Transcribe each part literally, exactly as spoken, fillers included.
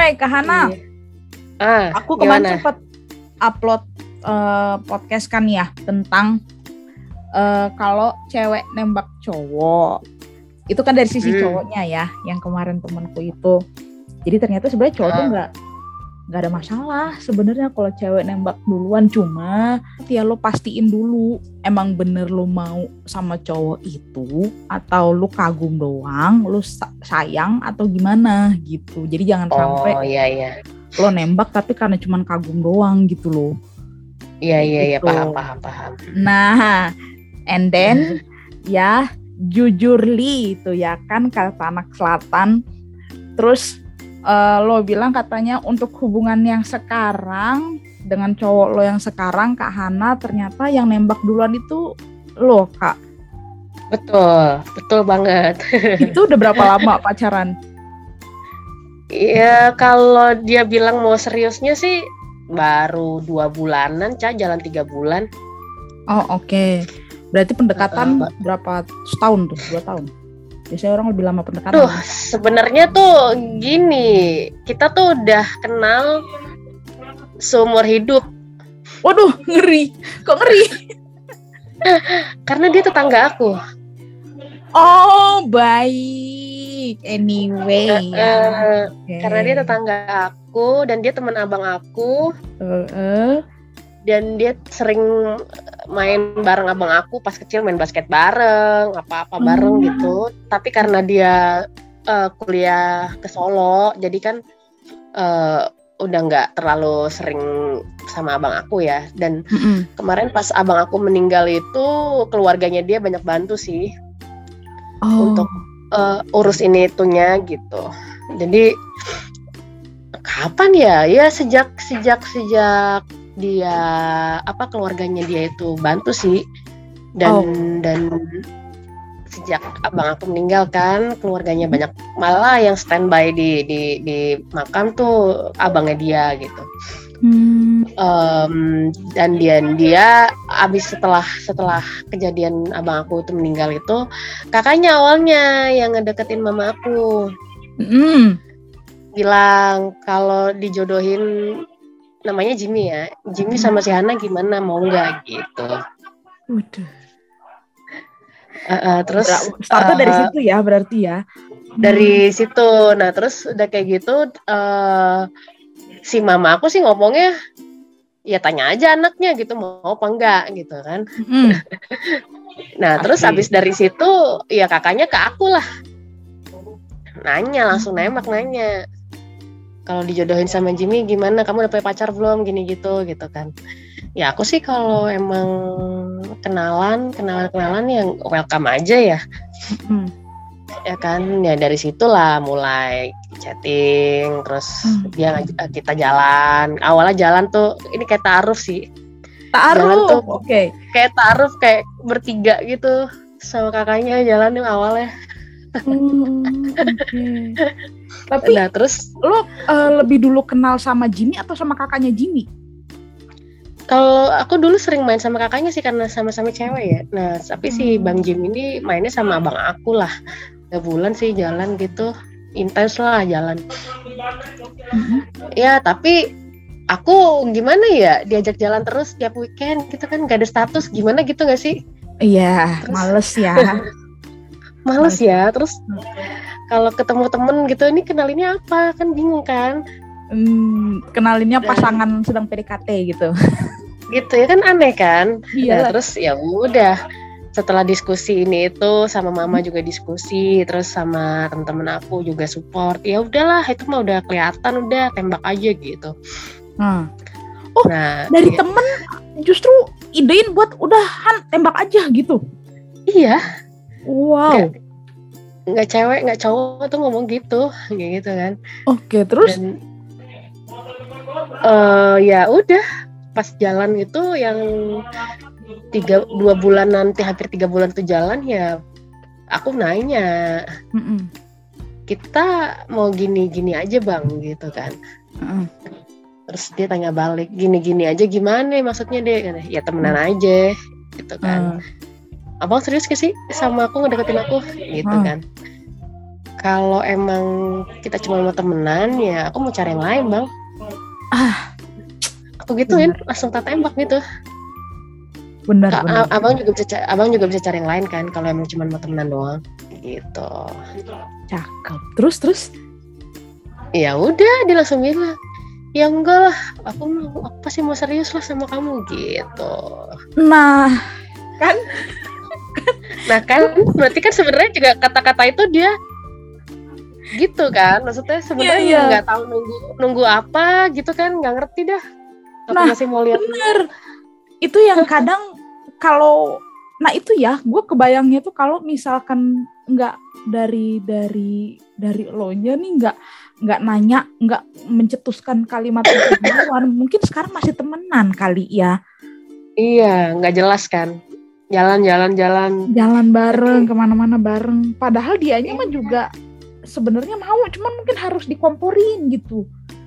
Hai Kak Hana, Iya. Ah, aku kemarin gimana? sempat upload eh, podcast kan ya tentang eh, kalau cewek nembak cowok. Itu kan dari sisi Hmm. cowoknya ya, yang kemarin temanku itu. Jadi ternyata sebenarnya cowok tuh Ah. nggak nggak ada masalah sebenarnya kalau cewek nembak duluan, cuma ya lo pastiin dulu emang bener lo mau sama cowok itu atau lo kagum doang, lo sa- sayang atau gimana gitu. Jadi jangan sampai Oh iya iya. lo nembak tapi karena cuman kagum doang gitu loh. Iya iya iya Gitu. paham paham paham. Nah, and then ya jujurly itu ya kan kata anak selatan. Terus eh, lo bilang katanya untuk hubungan yang sekarang dengan cowok lo yang sekarang Kak Hana, ternyata yang nembak duluan itu lo Kak. Betul, betul banget. Itu udah berapa lama pacaran? Iya, kalau dia bilang mau seriusnya sih baru dua bulanan, Ca, jalan tiga bulan. Oh oke. Berarti pendekatan Uh, uh, berapa setahun tuh? Dua tahun? Biasanya orang lebih lama pendekatan. Duh, sebenarnya tuh gini, kita tuh udah kenal seumur hidup. Waduh, ngeri. Kok ngeri? Karena dia tetangga aku. Oh, baik. Anyway, Uh, ya. uh, Oke. Karena dia tetangga aku dan dia teman abang aku. Eh, eh. Dan dia sering main bareng abang aku pas kecil, main basket bareng, apa-apa bareng Hmm. gitu. Tapi karena dia uh, kuliah ke Solo, jadi kan uh, udah nggak terlalu sering sama abang aku ya. Dan Mm-mm. kemarin pas abang aku meninggal itu, keluarganya dia banyak bantu sih Oh. untuk uh, urus ini itunya gitu. Jadi kapan ya? Ya sejak sejak sejak dia apa keluarganya dia itu bantu sih, dan Oh. dan sejak abang aku meninggal kan keluarganya banyak, malah yang standby di di di makam tuh abangnya dia gitu. Hmm. Em, dan dia dia abis setelah setelah kejadian abang aku itu meninggal itu, kakaknya awalnya yang ngedeketin mama aku, Mm. bilang kalau dijodohin, namanya Jimmy ya, Jimmy sama si Hana gimana, mau nggak gitu. Waduh. Uh, uh, terus Ber- startnya dari uh, situ ya berarti ya. dari situ, nah terus udah kayak gitu, uh, si mama aku sih ngomongnya ya tanya aja anaknya gitu mau apa enggak gitu kan. Mm. Nah terus Pasti. abis dari situ ya kakaknya ke aku lah, nanya langsung nembak nanya, kalau dijodohin sama Jimmy gimana, kamu udah punya pacar belum, gini gitu gitu kan. Ya aku sih kalau emang kenalan kenalan kenalan yang welcome aja ya. Mm. Ya kan, ya dari situlah mulai chatting, terus Hmm. dia ngaj- kita jalan. Awalnya jalan tuh ini kayak taaruf sih, jalan Taruh. tuh Oke. kayak taaruf, kayak bertiga gitu sama kakaknya jalan tuh awalnya. Hmm, oke. Tapi Nah terus lo eh, lebih dulu kenal sama Jimmy atau sama kakaknya Jimmy? kalau aku dulu sering main sama kakaknya sih karena sama-sama cewek ya. Nah tapi si Hmm. Bang Jim ini mainnya sama abang aku lah. Tiga bulan sih jalan gitu, intens lah jalan. Mm-mm. Ya tapi aku gimana ya, diajak jalan terus tiap weekend gitu kan, gak ada status, gimana gitu gak sih? Iya, Terus males ya. males ya. Terus kalau ketemu temen gitu, ini kenalinnya apa, kan bingung kan. Hmm, kenalinnya Dan pasangan sedang P D K T gitu. gitu ya kan, aneh kan. Nah Iya. terus ya udah, setelah diskusi ini itu sama mama juga diskusi, terus sama teman-teman aku juga support, ya udahlah itu mah udah kelihatan, udah tembak aja gitu. Nah. Oh, Nah dari ya, temen justru idein buat udahan tembak aja gitu. iya, Wow. nggak nggak cewek nggak cowok tuh ngomong gitu, kayak gitu kan. Oke, terus Dan eh ya udah pas jalan itu yang tiga dua bulan nanti hampir tiga bulan tuh jalan, ya aku nanya, Mm-mm. kita mau gini-gini aja bang gitu kan. Mm-mm. Terus dia tanya balik, gini-gini aja gimana maksudnya deh? Ya temenan aja gitu kan. Mm. Abang serius gak sih sama aku, ngedeketin aku gitu Hmm. kan. kalau emang kita cuma mau temenan ya aku mau cari yang lain bang. Ah, aku gituin bener. langsung tak tembak gitu. Benar, Ka- benar. a- abang juga bisa ca- abang juga bisa cari yang lain kan kalau emang cuma mau temenan doang gitu. Cakep. Terus, terus. Ya udah dia langsung bilang ya enggak lah aku mau aku pasti mau serius lah sama kamu gitu. Nah, kan? Nah kan berarti kan sebenarnya juga kata-kata itu dia gitu kan, maksudnya sebenarnya Iya, iya. nggak tahu nunggu nunggu apa gitu kan, nggak ngerti dah. Aku Nah, masih mau lihat. bener. Itu yang kadang kalau, nah itu ya, gue kebayangnya tuh kalau misalkan nggak dari dari dari lo nya nih nggak nggak nanya, nggak mencetuskan kalimat itu duluan, mungkin sekarang masih temenan kali ya, Iya, nggak jelas kan, jalan-jalan-jalan. jalan bareng Tapi kemana-mana bareng. Padahal dianya mah juga sebenarnya mau, cuman mungkin harus dikomporin gitu.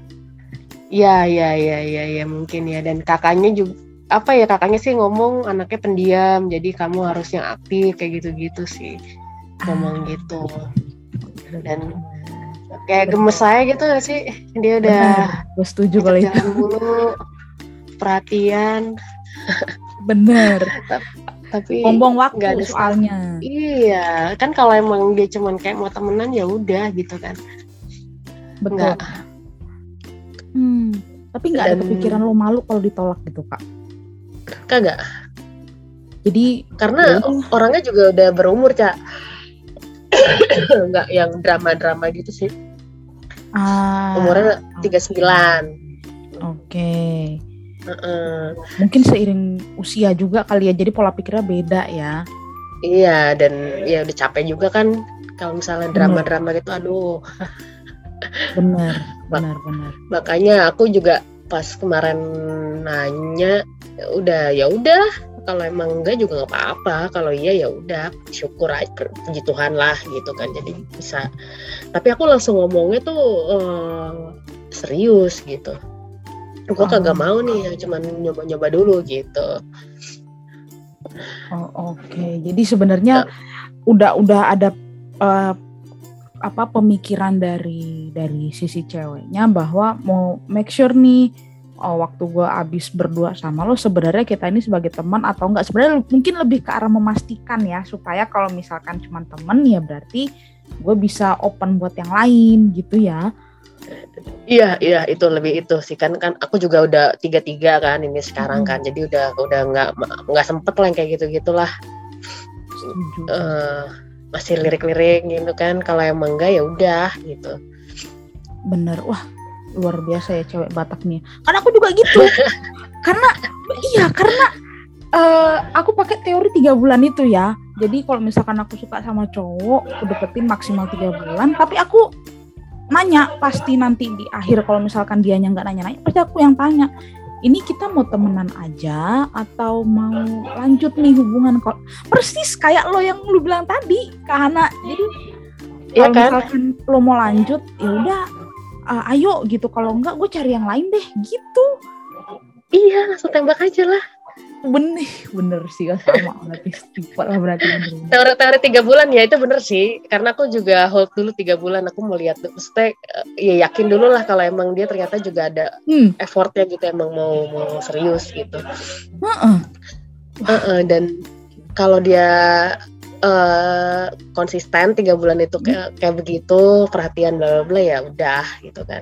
ya, ya, ya, ya, ya mungkin ya. Dan kakaknya juga apa ya kakaknya sih ngomong anaknya pendiam, jadi kamu harus yang aktif kayak gitu-gitu sih, ngomong gitu. Dan kayak gemes saya gitu nggak sih, dia udah Gue setuju kalau itu. jalan mulu, perhatian. Bener. Tapi Buang-buang nggak waktu ada start. soalnya. Iya, kan kalau emang dia cuman kayak mau temenan ya udah gitu kan. Betul. Nggak. Hmm. Tapi nggak ada Dan- kepikiran lo malu kalau ditolak gitu kak. Kagak. Jadi Karena ya udah. orangnya juga udah berumur, Cak. Nggak yang drama-drama gitu sih. Ah, Umurnya tiga puluh sembilan. oke. Heeh. Mungkin seiring usia juga kali ya, jadi pola pikirnya beda ya. Iya, dan ya udah capek juga kan kalau misalnya drama-drama gitu, aduh. Bener, bener, bener. Makanya aku juga pas kemarin nanya, ya udah, ya udah. Kalau emang enggak juga nggak apa-apa. Kalau iya ya udah, syukur aja, puji Tuhan lah gitu kan. Jadi bisa. Tapi aku langsung ngomongnya tuh eh, serius gitu. Gue Oh. kagak mau nih, yang cuman nyoba-nyoba dulu gitu. Oh, oke. Jadi sebenarnya udah udah ada eh, apa pemikiran dari dari sisi ceweknya bahwa mau make sure nih, oh, waktu gue abis berdua sama lo sebenarnya kita ini sebagai teman atau enggak, sebenarnya mungkin lebih ke arah memastikan ya, supaya kalau misalkan cuma temen ya berarti gue bisa open buat yang lain gitu ya. Iya, iya itu lebih itu sih kan kan aku juga udah tiga tiga kan ini sekarang Hmm. kan, jadi udah udah nggak nggak sempet lah yang kayak gitu gitulah. Setuju. Eh, masih lirik-lirik gitu kan. Kalau emang enggak ya udah gitu. Bener, wah luar biasa ya cewek Batak nih. Karena aku juga gitu. karena iya karena eh, aku pakai teori tiga bulan itu ya. Jadi kalau misalkan aku suka sama cowok, aku deketin maksimal tiga bulan. Tapi aku nanya pasti nanti di akhir, kalau misalkan dianya nggak nanya-nanya, pasti aku yang tanya. Ini kita mau temenan aja atau mau lanjut nih hubungan? Kok persis kayak lo yang lu bilang tadi, Kak Hana. Jadi Iya kalau kan? misalkan lo mau lanjut, ya udah, uh, ayo gitu. Kalau enggak, gue cari yang lain deh, gitu. Iya, langsung tembak aja lah. Bener, bener sih, sama berarti tipe lah berarti. Bener. Teori-teori tiga bulan ya itu bener sih. Karena aku juga hold dulu tiga bulan. Aku mau lihat, maksudnya ya yakin dulu lah kalau emang dia ternyata juga ada Hmm. effortnya gitu, emang mau mau serius gitu. Uh-uh. Uh-uh, dan kalau dia uh, konsisten tiga bulan itu kayak, kayak begitu, perhatian bla bla bla ya udah gitu kan.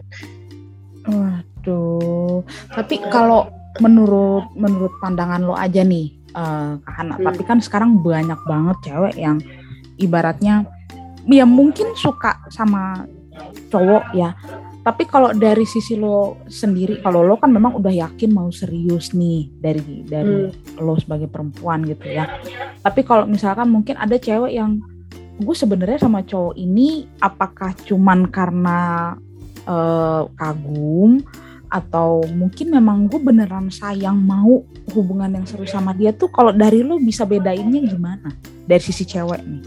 Waduh. Tapi kalau menurut menurut pandangan lo aja nih, uh, Kak Hana, Hmm. tapi kan sekarang banyak banget cewek yang ibaratnya ya mungkin suka sama cowok ya. Tapi kalau dari sisi lo sendiri, kalau lo kan memang udah yakin mau serius nih dari dari Hmm. lo sebagai perempuan gitu ya. Tapi kalau misalkan mungkin ada cewek yang gue sebenarnya sama cowok ini apakah cuman karena uh, kagum atau mungkin memang gue beneran sayang mau hubungan yang serius sama dia tuh, kalau dari lo bisa bedainnya gimana dari sisi cewek nih?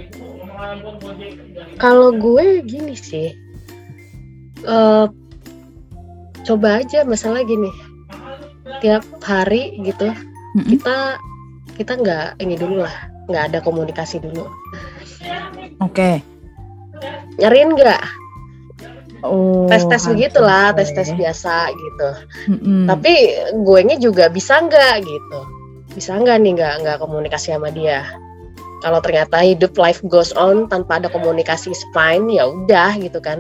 Kalau gue gini sih, uh, coba aja masalah gini, tiap hari gitu Mm-mm. kita kita nggak ini dulu lah, nggak ada komunikasi dulu. Oke. Nyariin nggak? Oh, tes-tes begitulah, oke. tes-tes biasa gitu. Mm-mm. Tapi gue nya juga bisa nggak gitu, bisa nggak nih nggak nggak komunikasi sama dia. Kalau ternyata hidup life goes on tanpa ada komunikasi fine, ya udah gitu kan.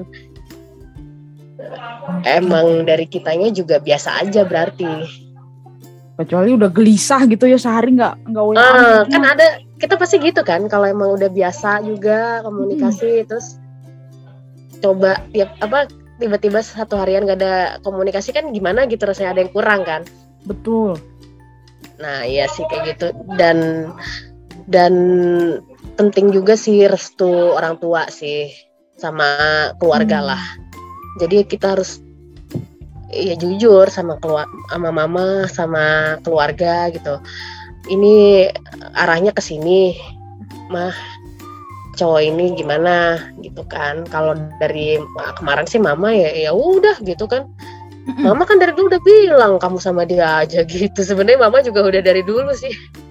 Emang dari kitanya juga biasa aja berarti. Kecuali udah gelisah gitu ya sehari nggak nggak W A. Ah, kan ada, kita pasti gitu kan. Kalau emang udah biasa juga komunikasi, hmm. terus coba tiap apa tiba-tiba satu harian gak ada komunikasi kan gimana gitu, rasanya ada yang kurang kan. Betul. Nah iya sih kayak gitu. Dan dan penting juga sih restu orang tua sih sama keluarga hmm. lah. Jadi kita harus ya jujur sama keluarga, sama mama, sama keluarga gitu. Ini arahnya ke sini, mah cowok ini gimana gitu kan. Kalau dari kemarin sih mama ya ya udah gitu kan. Mm-mm. Mama kan dari dulu udah bilang kamu sama dia aja gitu. Sebenarnya mama juga udah dari dulu sih.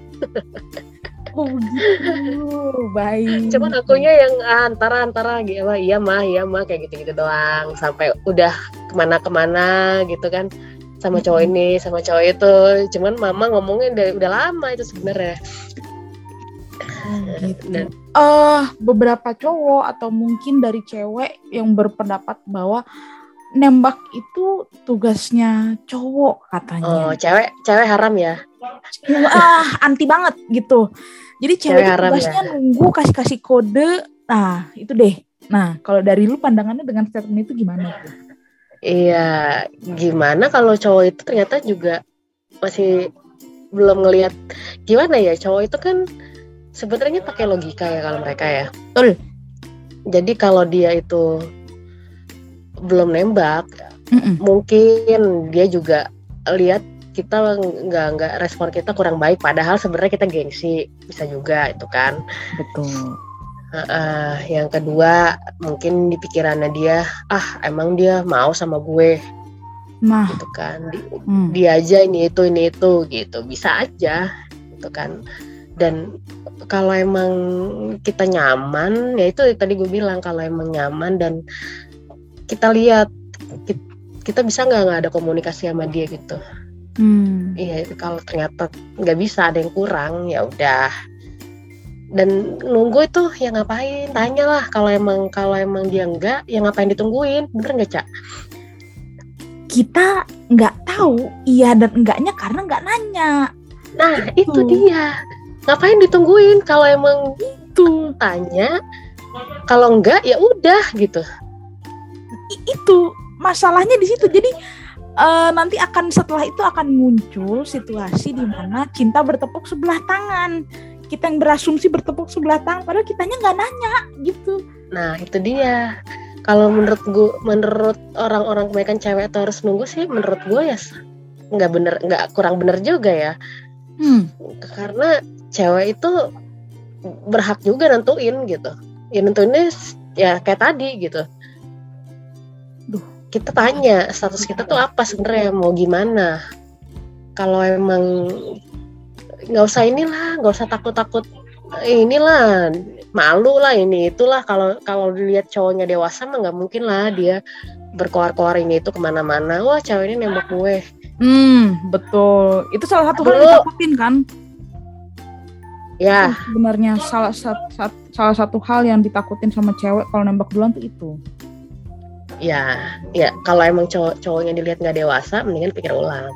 Oh gitu, baik. Cuman akunya yang antara-antara gitu, iya mah, iya mah kayak gitu-gitu doang. Sampai udah kemana-kemana gitu kan, sama cowok ini, sama cowok itu. Cuman mama ngomongnya udah, udah lama itu sebenarnya. Gitu. Dan uh, beberapa cowok atau mungkin dari cewek yang berpendapat bahwa nembak itu tugasnya cowok katanya. Oh, cewek, cewek haram ya? Ah, anti banget gitu. Jadi cewek, cewek tugasnya ya? Nunggu kasih-kasih kode. Nah, itu deh. Nah, kalau dari lu pandangannya dengan statement itu gimana tuh? Iya, gimana kalau cowok itu ternyata juga masih belum ngelihat gimana ya, cowok itu kan sebenarnya pakai logika ya kalau mereka ya. Betul. Jadi kalau dia itu belum nembak, Mm-mm. mungkin dia juga lihat kita nggak nggak respon kita kurang baik, padahal sebenarnya kita gengsi, bisa juga itu kan. Betul. Uh, uh, yang kedua mungkin di pikirannya dia, ah emang dia mau sama gue, nah gitu kan. Di, hmm. Dia aja ini itu ini itu gitu, bisa aja gitu kan. Dan kalau emang kita nyaman, ya itu tadi gue bilang, kalau emang nyaman dan kita lihat kita, kita bisa nggak nggak ada komunikasi sama dia gitu. Hmm. Iya, kalau ternyata nggak bisa, ada yang kurang, ya udah. Dan nunggu itu ya ngapain? Tanyalah, kalau emang kalau emang dia enggak, ya ngapain ditungguin? Bener nggak, Cak? Kita nggak tahu iya dan enggaknya karena nggak nanya. Nah itu. itu dia. Ngapain ditungguin? Kalau emang itu tanya, kalau enggak ya udah gitu. I- itu masalahnya di situ. Jadi Uh, nanti akan setelah itu akan muncul situasi di mana cinta bertepuk sebelah tangan. Kita yang berasumsi bertepuk sebelah tangan, padahal kitanya nggak nanya gitu. Nah itu dia. Kalau menurut gue, menurut orang-orang kebanyakan cewek itu harus nunggu sih. Menurut gue ya nggak bener, nggak kurang bener juga ya. Hmm. Karena cewek itu berhak juga nentuin gitu. Ya nentuinnya ya kayak tadi gitu. Kita tanya status kita tuh apa sebenarnya, mau gimana. Kalau emang nggak usah inilah, nggak usah takut-takut inilah, malu lah ini itulah. Kalau kalau dilihat cowoknya dewasa mah nggak mungkin lah dia berkoar-koar ini itu kemana-mana. Wah cewek ini nembak gue. Hmm betul. Itu salah satu hal yang ditakutin kan? Ya. Itu sebenarnya salah satu salah satu hal yang ditakutin sama cewek kalau nembak duluan tuh itu. Ya, ya kalau emang cowok cowoknya dilihat nggak dewasa, mendingan pikir ulang.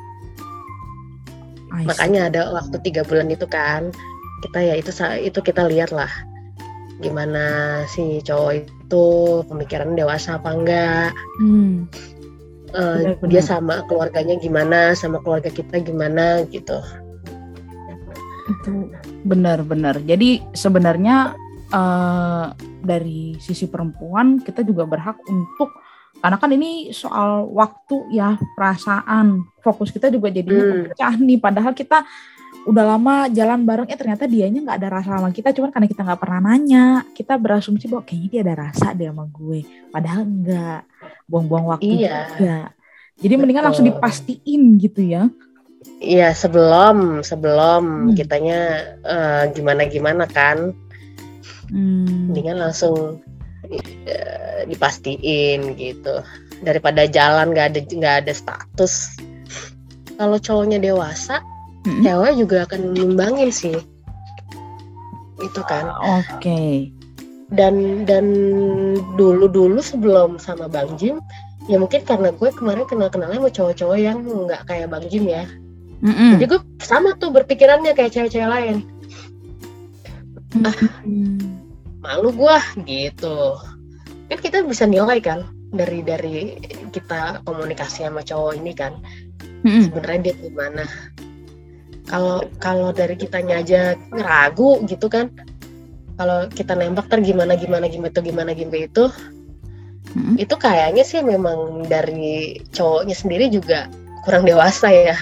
Makanya ada waktu tiga bulan itu kan, kita ya itu itu kita lihat lah gimana si cowok itu pemikiran dewasa apa enggak. Hmm. Uh, benar, dia benar. Sama keluarganya gimana, sama keluarga kita gimana gitu. Itu benar-benar. Jadi sebenarnya uh, dari sisi perempuan kita juga berhak untuk, karena kan ini soal waktu ya, perasaan, fokus kita juga jadinya pecah hmm. nih. Padahal kita udah lama jalan bareng, eh ternyata dianya nggak ada rasa sama kita, cuman karena kita nggak pernah nanya, kita berasumsi bahwa kayaknya dia ada rasa deh sama gue, padahal enggak, buang-buang waktu iya. juga. Jadi Betul. Mendingan langsung dipastiin gitu ya. Iya sebelum sebelum hmm. kitanya uh, gimana-gimana kan, hmm. mendingan langsung uh, dipastiin gitu, daripada jalan nggak ada nggak ada status. Kalau cowoknya dewasa, mm-hmm. cewek juga akan nimbangin sih, itu kan. Oke. Okay. Dan dan dulu dulu sebelum sama Bang Jim, ya mungkin karena gue kemarin kenal-kenalnya sama cowok-cowok yang nggak kayak Bang Jim ya. Mm-hmm. Jadi gue sama tuh berpikirannya kayak cewek-cewek lain. Mm-hmm. Ah, malu gue gitu. Kan kita bisa nilai kan dari dari kita komunikasi sama cowok ini kan. Mm-hmm. Sebenarnya dia gimana? Kalau kalau dari kitanya aja ngeragu gitu kan, kalau kita nembak ter gimana gimana gimana itu gimana gimana itu, mm-hmm. itu kayaknya sih memang dari cowoknya sendiri juga kurang dewasa ya.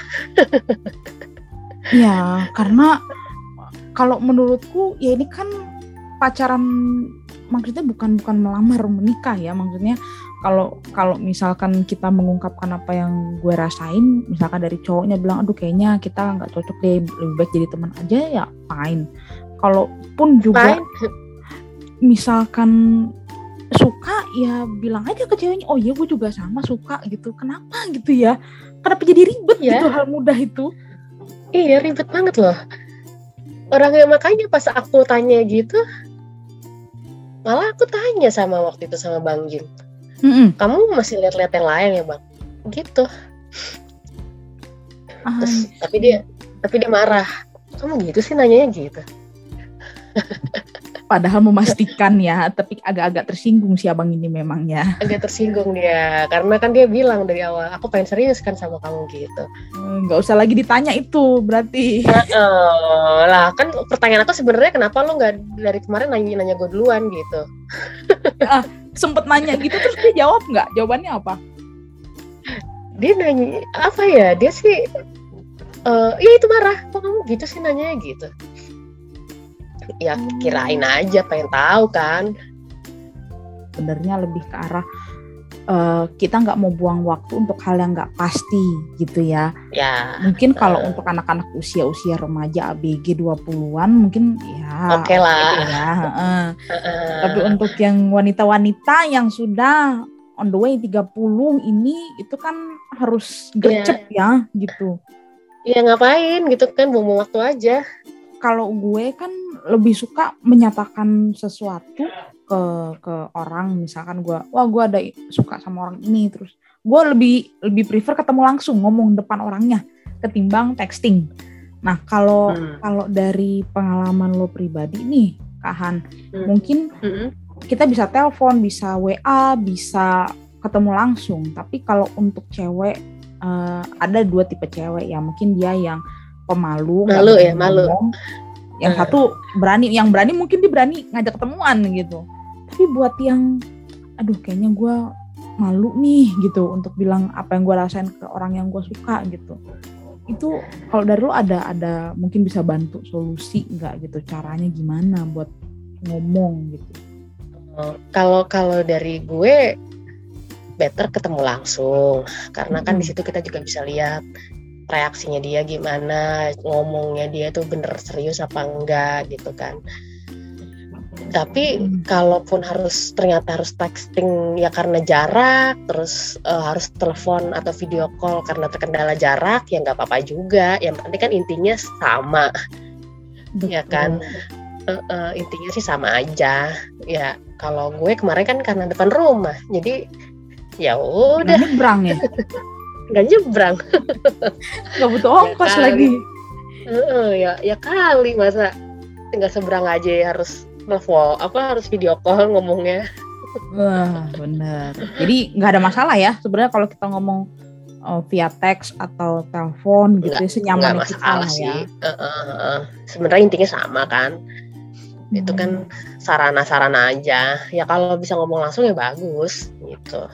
Ya karena kalau menurutku ya ini kan pacaran, maksudnya bukan bukan melamar menikah ya, maksudnya kalau kalau misalkan kita mengungkapkan apa yang gue rasain, misalkan dari cowoknya bilang aduh kayaknya kita nggak cocok deh, lebih baik jadi teman aja, ya fine. Kalaupun juga fine. Misalkan suka ya bilang aja ke ceweknya, oh iya gue juga sama suka gitu, kenapa gitu ya, kenapa jadi ribet ya? Gitu hal mudah itu. Iya ribet banget loh orangnya. Makanya pas aku tanya gitu, malah aku tanya sama waktu itu sama Bang Jim, mm-mm. kamu masih lihat-lihat yang lain ya Bang? Gitu. Terus, tapi dia tapi dia marah. Kamu gitu sih nanyanya gitu. Padahal memastikan ya, tapi agak-agak tersinggung si abang ini memangnya. Agak tersinggung dia, karena kan dia bilang dari awal, aku pengen serius kan sama kamu gitu. Nggak usah lagi ditanya itu berarti. Uh, lah kan pertanyaan aku sebenarnya kenapa lo nggak dari kemarin nanya-nanya gue duluan gitu. Ah, sempet nanya gitu terus dia jawab nggak? Jawabannya apa? Dia nanya apa ya? Dia sih, uh, ya itu marah. Kok kamu gitu sih nanyanya gitu? Ya kirain aja, pengen tahu kan. Sebenarnya lebih ke arah uh, kita nggak mau buang waktu untuk hal yang nggak pasti gitu ya. Ya. Mungkin kalau uh, untuk anak-anak usia-usia remaja A B G dua puluhan mungkin ya. Oke okay lah. Ya, uh. Uh. Tapi untuk yang wanita-wanita yang sudah on the way tiga puluh ini itu kan harus gercep yeah. ya gitu. Ya ngapain gitu kan, buang waktu aja. Kalau gue kan lebih suka menyatakan sesuatu ke ke orang, misalkan gue, wah gue ada suka sama orang ini, terus gue lebih lebih prefer ketemu langsung, ngomong depan orangnya ketimbang texting. Nah kalau hmm. kalau dari pengalaman lo pribadi nih, Kak Han, hmm. mungkin hmm. kita bisa telepon, bisa W A, bisa ketemu langsung. Tapi kalau untuk cewek uh, ada dua tipe cewek ya, mungkin dia yang pemalu, malu ya malu. Yang hmm. satu berani, yang berani mungkin dia berani ngajak ketemuan gitu. Tapi buat yang, aduh kayaknya gue malu nih gitu untuk bilang apa yang gue rasain ke orang yang gue suka gitu. Itu kalau dari lo ada ada mungkin bisa bantu solusi nggak gitu, caranya gimana buat ngomong gitu? Kalau kalau dari gue better ketemu langsung, karena kan hmm. di situ kita juga bisa lihat reaksinya dia gimana, ngomongnya dia tuh bener serius apa enggak gitu kan. Tapi hmm. kalaupun harus ternyata harus texting ya karena jarak, terus uh, harus telepon atau video call karena terkendala jarak, ya nggak apa-apa juga. Yang penting kan intinya sama. Betul. Ya kan, uh, uh, intinya sih sama aja. Ya kalau gue kemarin kan karena depan rumah, jadi ya udah. Nyebrang ya. Nggak nyebrang, nggak butuh ongkos ya lagi. Uh, ya ya kali masa tinggal seberang aja ya harus telepon apa harus video call ngomongnya. Wah benar. Jadi nggak ada masalah ya sebenarnya kalau kita ngomong uh, via teks atau telepon gitu, nggak, senyaman nggak masalah sih. Ya. Uh, uh, uh. Sebenarnya intinya sama kan. Hmm. Itu kan sarana-sarana aja. Ya kalau bisa ngomong langsung ya bagus gitu.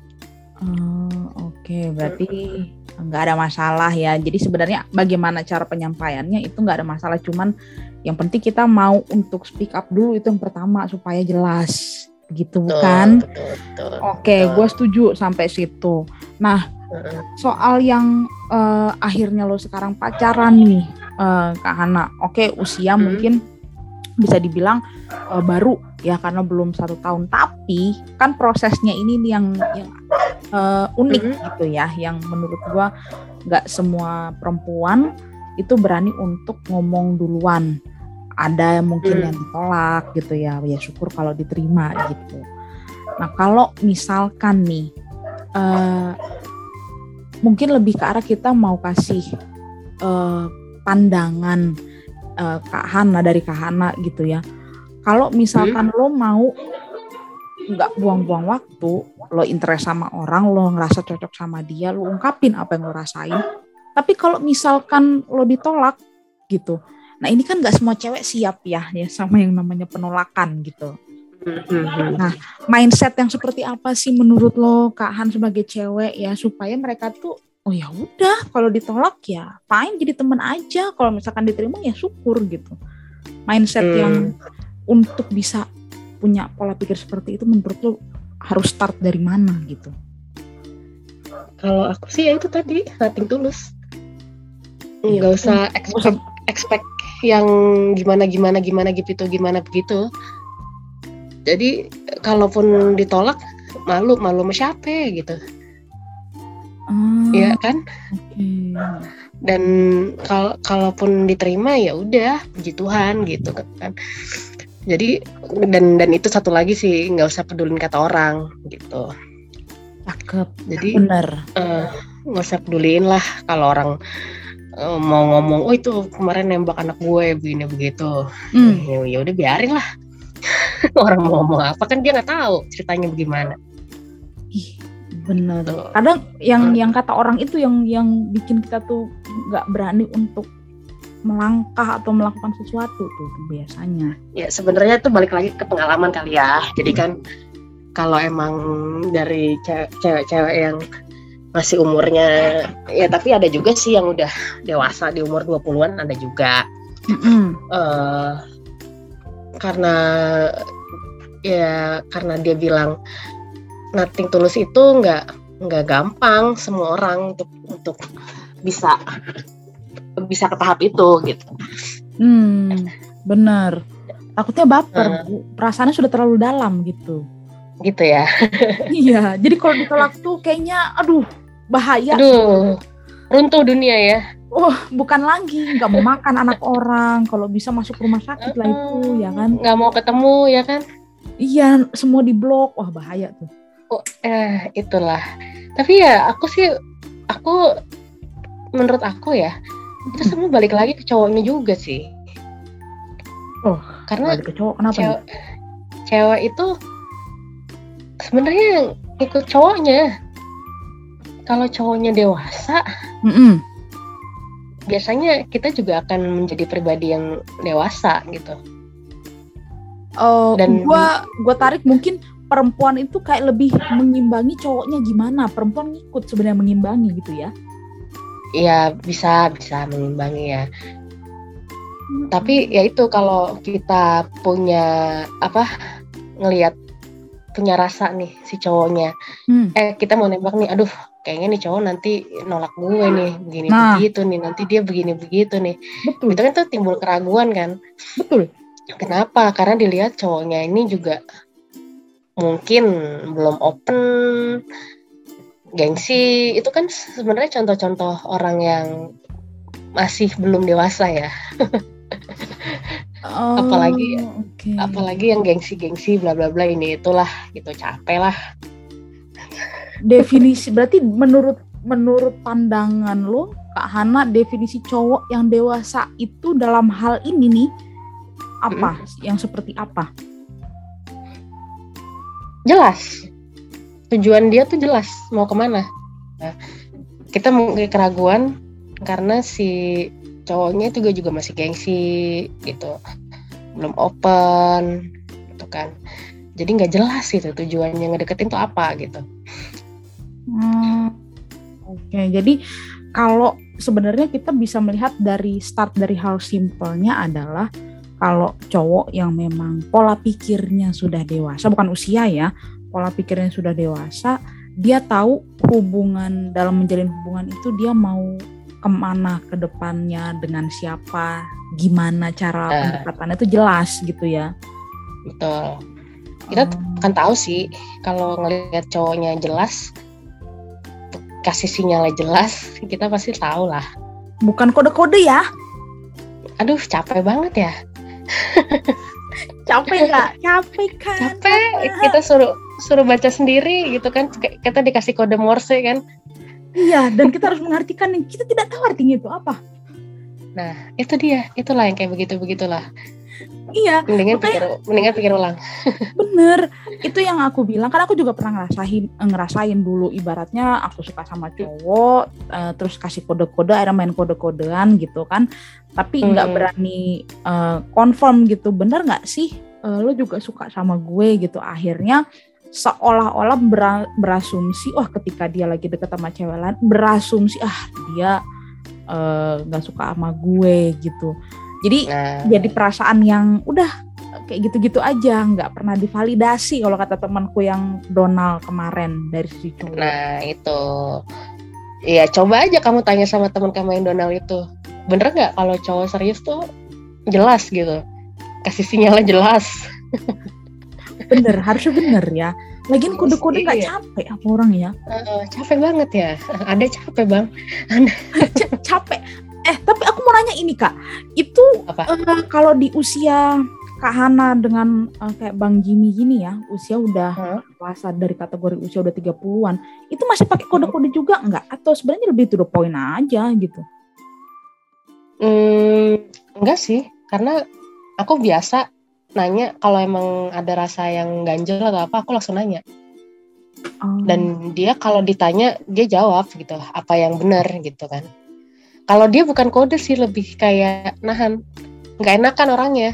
Uh, Oke, okay, berarti nggak ada masalah ya. Jadi sebenarnya bagaimana cara penyampaiannya itu nggak ada masalah. Cuman yang penting kita mau untuk speak up dulu, itu yang pertama supaya jelas, gitu bukan? Oke, okay, gue setuju sampai situ. Nah, uh-uh. soal yang uh, akhirnya lo sekarang pacaran nih, uh, Kak Hana. Oke, okay, usia hmm. mungkin bisa dibilang uh, baru ya karena belum satu tahun, tapi kan prosesnya ini nih yang yang uh, unik mm-hmm. gitu ya, yang menurut gua nggak semua perempuan itu berani untuk ngomong duluan. Ada yang mungkin mm. yang ditolak gitu ya, ya syukur kalau diterima gitu. Nah kalau misalkan nih uh, mungkin lebih ke arah kita mau kasih uh, pandangan uh, Kak Hana dari Kak Hana gitu ya. Kalau misalkan hmm? lo mau nggak buang-buang waktu, lo interest sama orang, lo ngerasa cocok sama dia, lo ungkapin apa yang lo rasain. Tapi kalau misalkan lo ditolak gitu, nah ini kan nggak semua cewek siap ya, ya sama yang namanya penolakan gitu. Nah, mindset yang seperti apa sih menurut lo Kak Han sebagai cewek ya supaya mereka tuh oh ya udah kalau ditolak ya fine jadi teman aja, kalau misalkan diterima ya syukur gitu. Mindset hmm. yang untuk bisa punya pola pikir seperti itu menurut lo harus start dari mana gitu? Kalau aku sih ya itu tadi nothing tulus, nggak ya, usah expect expect yang gimana gimana gimana gitu gimana begitu. Jadi kalaupun ditolak malu malu sama siapa gitu, hmm, ya kan? Okay. Dan kal kalaupun diterima ya udah puji Tuhan gitu kan. Jadi dan dan itu satu lagi sih nggak usah pedulin kata orang gitu. Cakep. Jadi bener. Nggak uh, usah peduliin lah kalau orang uh, mau ngomong, oh itu kemarin nembak anak gue begini begitu. Hmm. Ya, ya udah biarin lah. Orang mau ngomong apa kan dia nggak tahu ceritanya bagaimana. Ih, bener. Tuh. Kadang yang hmm. yang kata orang itu yang yang bikin kita tuh nggak berani untuk melangkah atau melakukan sesuatu tuh biasanya. Ya sebenarnya tuh balik lagi ke pengalaman kali ya. Jadi kan kalau emang dari cewek-cewek yang masih umurnya ya, tapi ada juga sih yang udah dewasa di umur dua puluhan ada juga. Mm-hmm. Uh, karena ya karena dia bilang nothing tulus itu nggak nggak gampang semua orang untuk untuk bisa bisa ke tahap itu gitu. Hmm, benar. Takutnya baper, uh, perasaannya sudah terlalu dalam gitu. Gitu ya. Iya, jadi kalau ditolak tuh kayaknya, aduh, bahaya. Aduh, runtuh dunia ya. Oh, bukan lagi, nggak mau makan anak orang, kalau bisa masuk rumah sakit uh, lah itu, ya kan? Nggak mau ketemu, ya kan? Iya, semua diblok, wah bahaya tuh. Oh, eh, itulah. Tapi ya, aku sih, aku, menurut aku ya, itu semua balik lagi ke cowoknya juga sih. Oh, karena balik ke cowok, kenapa cewek, cewek itu sebenarnya ikut cowoknya. Kalau cowoknya dewasa, Mm-mm. biasanya kita juga akan menjadi pribadi yang dewasa gitu. Oh, dan gua gua tarik mungkin perempuan itu kayak lebih mengimbangi cowoknya gimana? Perempuan ngikut sebenarnya mengimbangi gitu ya. Iya, bisa bisa mengimbangi ya. Hmm. Tapi ya itu kalau kita punya apa ngelihat punya rasa nih si cowoknya. Hmm. Eh kita mau nembak nih, aduh kayaknya nih cowok nanti nolak gue nih, begini nah. begitu nih, nanti dia begini begitu nih. Betul. Itu kan tuh timbul keraguan kan. Betul. Kenapa? Karena dilihat cowoknya ini juga mungkin belum open, gengsi. Itu kan sebenarnya contoh-contoh orang yang masih belum dewasa ya. Oh, apalagi okay. apalagi yang gengsi-gengsi bla bla bla ini itulah gitu, capek lah. Definisi berarti menurut menurut pandangan lo Kak Hana, definisi cowok yang dewasa itu dalam hal ini nih apa? Hmm. Yang seperti apa? Jelas. Tujuan dia tuh jelas mau kemana. Nah, kita mungkin keraguan karena si cowoknya juga juga masih gengsi gitu, belum open gitu kan, jadi nggak jelas gitu tujuannya ngedeketin tuh apa gitu. Hmm, Oke, okay. Jadi kalau sebenarnya kita bisa melihat dari start dari hal simpelnya adalah kalau cowok yang memang pola pikirnya sudah dewasa, bukan usia ya, pola pikirnya sudah dewasa, dia tahu hubungan dalam menjalin hubungan itu dia mau kemana ke depannya, dengan siapa, gimana cara Nah. pendekatannya itu jelas gitu ya. Betul. Kita Hmm. kan tahu sih kalau ngelihat cowoknya jelas, kasih sinyalnya jelas, kita pasti tahu lah. Bukan kode-kode ya? Aduh, capek banget ya. Capek nggak? Capek kan? Capek. Kita suruh suruh baca sendiri gitu kan. Kita dikasih kode Morse kan. Iya, dan kita harus mengartikan yang kita tidak tahu artinya itu apa. Nah, itu dia. Itulah yang kayak begitu-begitulah. Iya. Mendingan makanya, pikir mendingan pikir ulang. Bener. Itu yang aku bilang. Kan aku juga pernah ngerasain ngerasain dulu, ibaratnya aku suka sama cowok, uh, terus kasih kode-kode, akhirnya main kode-kodean gitu kan. Tapi nggak Hmm. berani uh, confirm gitu. Bener nggak sih? Uh, lo juga suka sama gue gitu. Akhirnya seolah-olah ber- berasumsi, wah ketika dia lagi deket sama cewek lain, berasumsi ah dia nggak uh, suka sama gue gitu. Jadi Nah. jadi perasaan yang udah kayak gitu-gitu aja, nggak pernah divalidasi kalau kata temanku yang Donald kemarin dari si cowok. Nah itu, ya coba aja kamu tanya sama teman kamu yang Donald itu, bener nggak kalau cowok serius tuh jelas gitu, kasih sinyalnya jelas. Bener, harusnya bener ya. Lagian kode-kode nggak Iya. capek apa orang ya? Uh, capek banget ya. Ada capek bang. C- capek. Eh tapi aku mau nanya ini Kak, itu uh, kalau di usia Kak Hana dengan uh, kayak Bang Jimmy gini ya, usia udah dewasa, hmm? dari kategori usia udah tiga puluhan, itu masih pakai kode-kode juga nggak? Atau sebenarnya lebih to the point aja gitu? Hmm, enggak sih, karena aku biasa nanya kalau emang ada rasa yang ganjel atau apa, aku langsung nanya. Oh. Dan dia kalau ditanya dia jawab gitu, apa yang benar gitu kan. Kalau dia bukan kode sih, lebih kayak nahan, nggak enakan orangnya.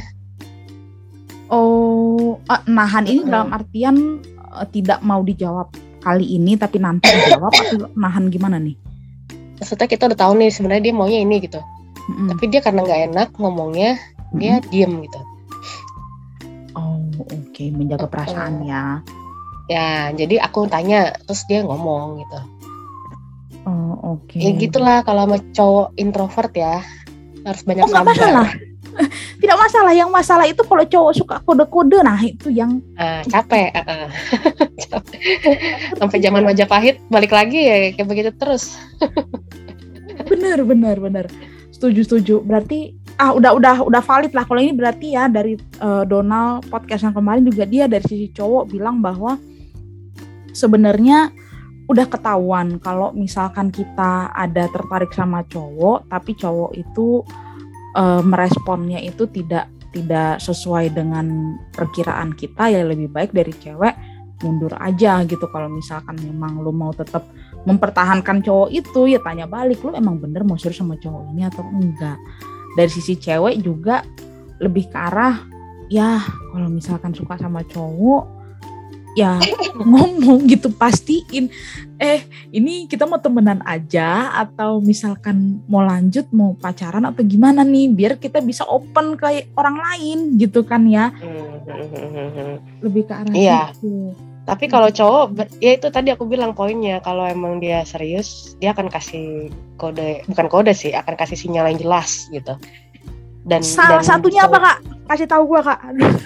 Oh, uh, nahan ini hmm. dalam artian uh, tidak mau dijawab kali ini tapi nanti dijawab atau nahan gimana nih? Maksudnya kita udah tahu nih sebenarnya dia maunya ini gitu, hmm. tapi dia karena nggak enak ngomongnya, hmm. dia diem gitu. Oh, oke, okay. Menjaga perasaan ya. Ya, jadi aku tanya terus dia ngomong gitu. Oh, oke. Okay. Ya gitulah kalau sama cowok introvert ya, harus banyak oh, sabar. Oh, masalah. Tidak masalah, yang masalah itu kalau cowok suka kode-kode, nah itu yang uh, capek. Uh, capek. Sampai zaman Majapahit balik lagi ya kayak begitu terus. Bener, bener, bener. Setuju, setuju. Berarti ah udah udah udah valid lah kalau ini, berarti ya dari uh, Donald podcast yang kemarin juga dia dari sisi cowok bilang bahwa sebenarnya udah ketahuan kalau misalkan kita ada tertarik sama cowok tapi cowok itu uh, meresponnya itu tidak tidak sesuai dengan perkiraan kita, ya lebih baik dari cewek mundur aja gitu. Kalau misalkan memang lu mau tetap mempertahankan cowok itu, ya tanya balik, lu emang bener mau serius sama cowok ini atau enggak. Dari sisi cewek juga lebih ke arah ya kalau misalkan suka sama cowok ya ngomong gitu, pastiin eh ini kita mau temenan aja atau misalkan mau lanjut mau pacaran atau gimana nih, biar kita bisa open ke orang lain gitu kan ya. Lebih ke arah iya. Gitu. Tapi kalau cowok ya itu tadi aku bilang poinnya, kalau emang dia serius dia akan kasih kode, bukan kode sih, akan kasih sinyal yang jelas gitu. Dan salah dan satunya so, apa Kak? Kasih tahu gua Kak.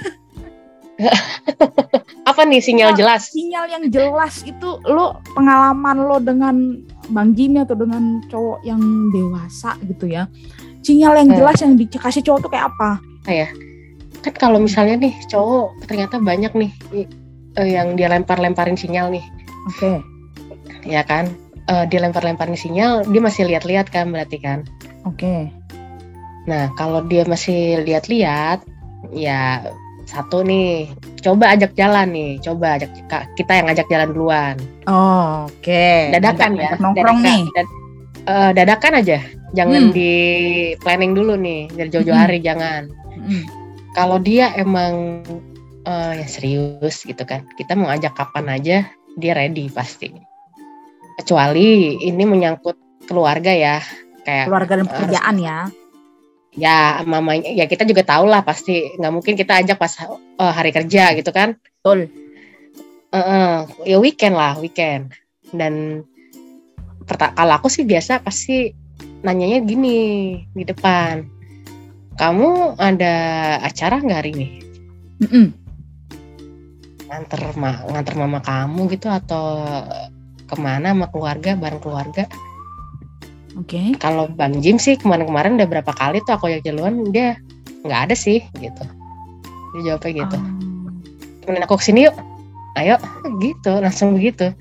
Apa nih sinyal jelas? Sinyal yang jelas itu lo pengalaman lo dengan Bang Jimmy atau dengan cowok yang dewasa gitu ya. Sinyal yang jelas hmm. yang dikasih cowok tuh kayak apa? Ya, kan kalau misalnya nih cowok ternyata banyak nih yang dia lempar-lemparin sinyal nih. Oke. Okay. Ya kan, uh, dia lempar-lemparin sinyal, dia masih lihat-lihat kan berarti kan. Oke. Okay. Nah, kalau dia masih lihat-lihat, ya satu nih, coba ajak jalan nih, coba ajak kita yang ajak jalan duluan. Oh, oke. Okay. Dadakan ya. Nongkrong nih. Dad, uh, dadakan aja, jangan hmm. di planning dulu nih, dari jauh-jauh hari hmm. jangan. Hmm. Kalau dia emang Uh, yang serius gitu kan, kita mau ajak kapan aja dia ready pasti, kecuali ini menyangkut keluarga ya, kayak keluarga dan pekerjaan uh, ya ya mamanya ya, kita juga tahu lah pasti nggak mungkin kita ajak pas uh, hari kerja gitu kan. Betul. uh, uh, ya weekend lah weekend. Dan perta- kalau aku sih biasa pasti nanyanya gini di depan, kamu ada acara nggak hari ini? Mm-mm. Nganter ma nganter mama kamu gitu atau kemana sama keluarga, bareng keluarga? Oke. Okay. Kalau Bang Jim sih kemarin-kemarin udah berapa kali tuh aku yang jalan, dia nggak ada sih gitu. Dia jawabnya gitu. Um. Temenin aku kesini yuk, ayo gitu, langsung begitu.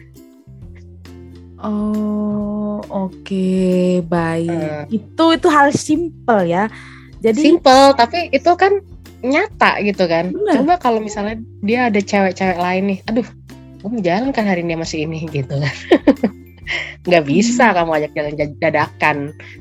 Oh oke okay, baik. Hmm. Itu itu hal simple ya. Jadi simple tapi itu kan nyata gitu kan. Bener. Coba kalau misalnya dia ada cewek-cewek lain nih, aduh, gue mau jalan kan hari ini masih ini gitu kan. Nggak bisa hmm. kamu ajak jalan dadakan.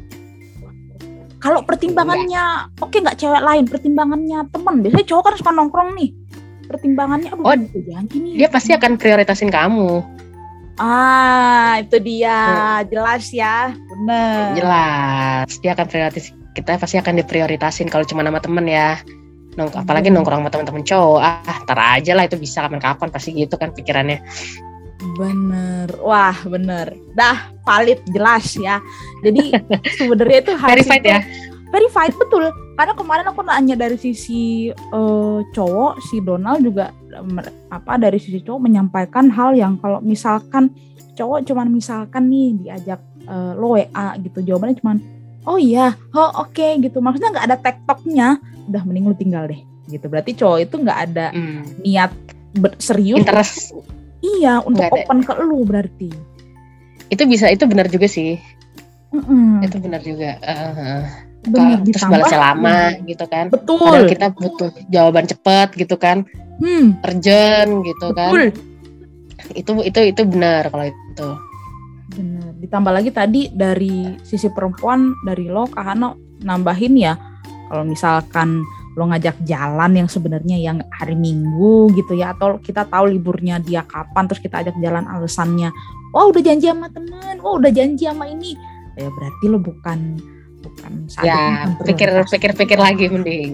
Kalau pertimbangannya, oke okay, nggak cewek lain, pertimbangannya teman. Biasanya cowok kan suka nongkrong nih. Pertimbangannya, aduh, oh, nih. Dia pasti akan prioritasin kamu. Ah, itu dia, hmm. jelas ya, bener. Jelas, dia akan prioritas. Kita pasti akan diprioritasin kalau cuma nama temen ya. Nong, apalagi hmm. nongkrong sama teman-teman cowok, ah, tar aja lah itu bisa kapan-kapan pasti gitu kan pikirannya. Bener, wah bener, dah valid jelas ya. Jadi sebenarnya itu harus verified ya. Verified betul. Karena kemarin aku nanya dari sisi uh, cowok, si Donald juga apa dari sisi cowok menyampaikan hal yang kalau misalkan cowok cuman misalkan nih diajak uh, lo W A gitu, jawabannya cuman oh iya, oh oke okay, gitu. Maksudnya nggak ada tektoknya, udah mending lu tinggal deh gitu. Berarti cowok itu nggak ada hmm. niat ber- serius. Interest. Iya, untuk open ke lu berarti. Itu bisa, itu benar juga sih. Mm-mm. Itu benar juga. Uh, Bener, terus balasnya lama hmm. gitu kan. Betul. Padahal kita butuh jawaban cepat gitu kan. Hmm. Urgent gitu Betul. kan. Itu itu itu benar kalau itu. Benar. Ditambah lagi tadi dari sisi perempuan, dari lo Kak Hana nambahin ya, kalau misalkan lo ngajak jalan yang sebenarnya yang hari Minggu gitu ya, atau kita tahu liburnya dia kapan, terus kita ajak jalan alasannya, wah udah janji sama temen, wah udah janji sama ini, ya berarti lo bukan bukan saat ya pikir-pikir-pikir lagi mending.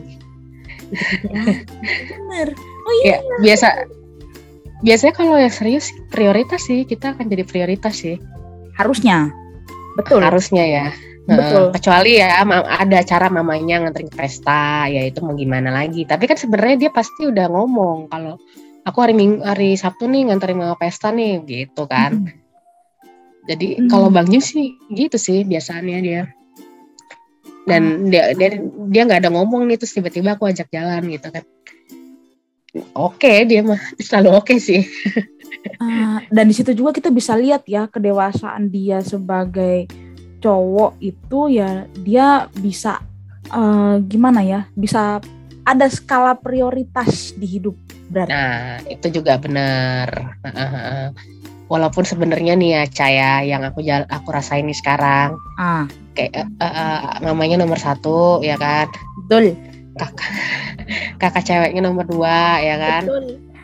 Bener. Oh iya. Ya, biasa biasanya kalau yang serius prioritas sih, kita akan jadi prioritas sih. Harusnya. Betul. Harusnya ya. Betul. Uh, kecuali ya ada acara mamanya nganterin ke pesta, ya itu mau gimana lagi. Tapi kan sebenarnya dia pasti udah ngomong kalau aku hari Minggu, hari Sabtu nih nganterin mama pesta nih gitu kan. Hmm. Jadi hmm. kalau Bang Jim sih gitu sih biasanya dia. Dan hmm. dia dia dia nggak ada ngomong nih, terus tiba-tiba aku ajak jalan gitu kan. Oke, dia mah selalu oke sih. Uh, dan di situ juga kita bisa lihat ya kedewasaan dia sebagai cowok itu ya, dia bisa uh, gimana ya, bisa ada skala prioritas di hidup berarti. Nah itu juga benar. Uh, walaupun sebenarnya nih ya Caya, yang aku jala, aku rasain nih sekarang, ah. kayak uh, uh, mamanya nomor satu ya kan, betul. Kakak kakak ceweknya nomor dua ya kan, betul.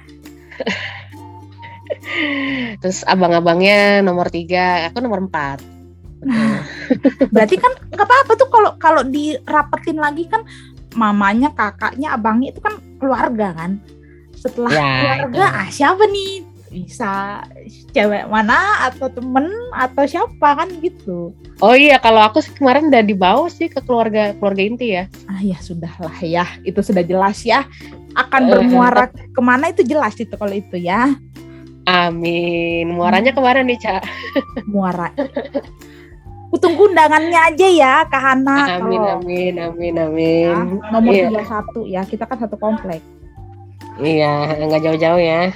Terus abang-abangnya nomor tiga, aku nomor empat. Nah, berarti kan nggak apa-apa tuh kalau kalau dirapetin lagi kan, mamanya, kakaknya, abangnya itu kan keluarga kan. Setelah ya, keluarga, itu. ah siapa nih? Bisa cewek mana atau temen atau siapa kan gitu. Oh iya, kalau aku kemarin udah dibawa sih ke keluarga keluarga inti ya. Ah ya sudahlah ya, itu sudah jelas ya. Akan bermuara uh, kemana itu jelas itu kalau itu ya. Amin. Muaranya hmm. kemana nih, Ca? Muara. Tunggu undangannya aja ya, Kak Hana. Amin, kalau, amin, amin, amin. Ya, nomor iya. tiga puluh satu ya, kita kan satu komplek. Iya, nggak jauh-jauh ya.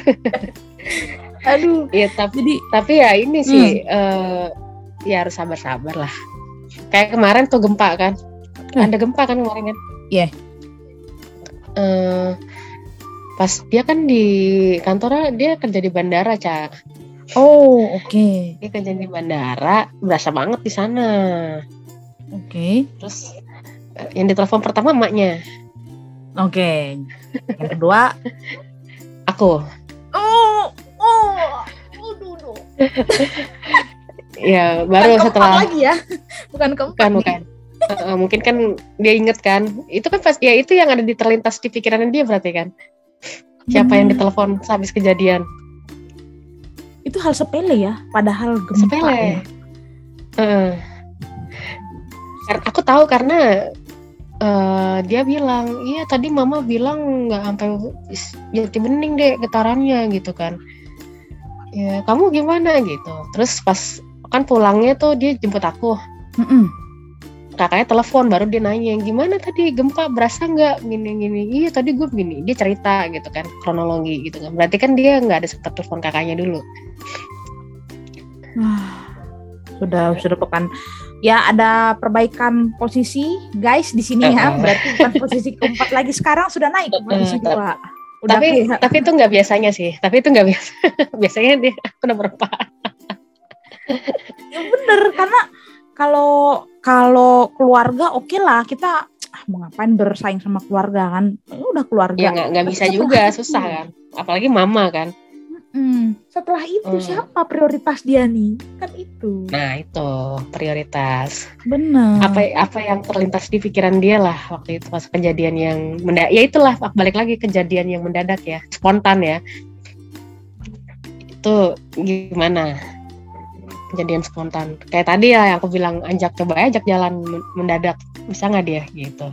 Aduh. Iya, tapi Jadi, tapi ya ini sih, hmm. uh, ya harus sabar-sabar lah. Kayak kemarin tuh gempa kan, hmm. ada gempa kan kemarin kan? Iya. Yeah. Uh, pas dia kan di kantornya, dia kerja di bandara, Ca. Oh, oke. Okay. Dia kerja di bandara, berasa banget di sana. Oke. Okay. Terus yang ditelepon pertama emaknya. Oke. Okay. Yang kedua aku. Oh, oh, aduh, aduh. Ya, baru bukan setelah lagi ya. Bukan keempat. Bukan, bukan. Uh, mungkin kan dia inget kan. Itu kan pas ya itu yang ada di terlintas di pikiran dia berarti kan. Siapa hmm. yang ditelepon habis kejadian? Itu hal sepele ya, padahal gempa. Sepele. Ya. Uh, tahu karena uh, dia bilang, iya tadi mama bilang nggak sampai jati bening deh getarannya gitu kan. Ya kamu gimana gitu. Terus pas kan pulangnya tuh dia jemput aku. Mm-mm. Kakaknya telepon baru dia nanya gimana tadi gempa berasa nggak gini-gini. Iya tadi gue begini. Dia cerita gitu kan kronologi gitu kan. Berarti kan dia nggak ada sempat telepon kakaknya dulu. Sudah sudah bukan ya ada perbaikan posisi guys di sini ya. Berarti bukan posisi keempat lagi, sekarang sudah naik ke posisi dua. Udah tapi kayak... tapi itu nggak biasanya sih. Tapi itu nggak biasa. Biasanya dia nomor empat. Ya bener, karena kalau kalau keluarga oke okay lah, kita ah, mau ngapain bersaing sama keluarga kan, udah keluarga ya nggak nggak bisa juga itu, susah kan, apalagi mama kan. Hmm, setelah itu hmm. siapa prioritas dia nih kan itu. Nah itu prioritas. Bener. Apa apa yang terlintas di pikiran dia lah waktu itu pas kejadian yang mendadak. Ya itulah balik lagi kejadian yang mendadak ya, spontan ya. Itu gimana? Kejadian spontan. Kayak tadi ya yang aku bilang ajak coba ajak jalan mendadak bisa nggak dia gitu.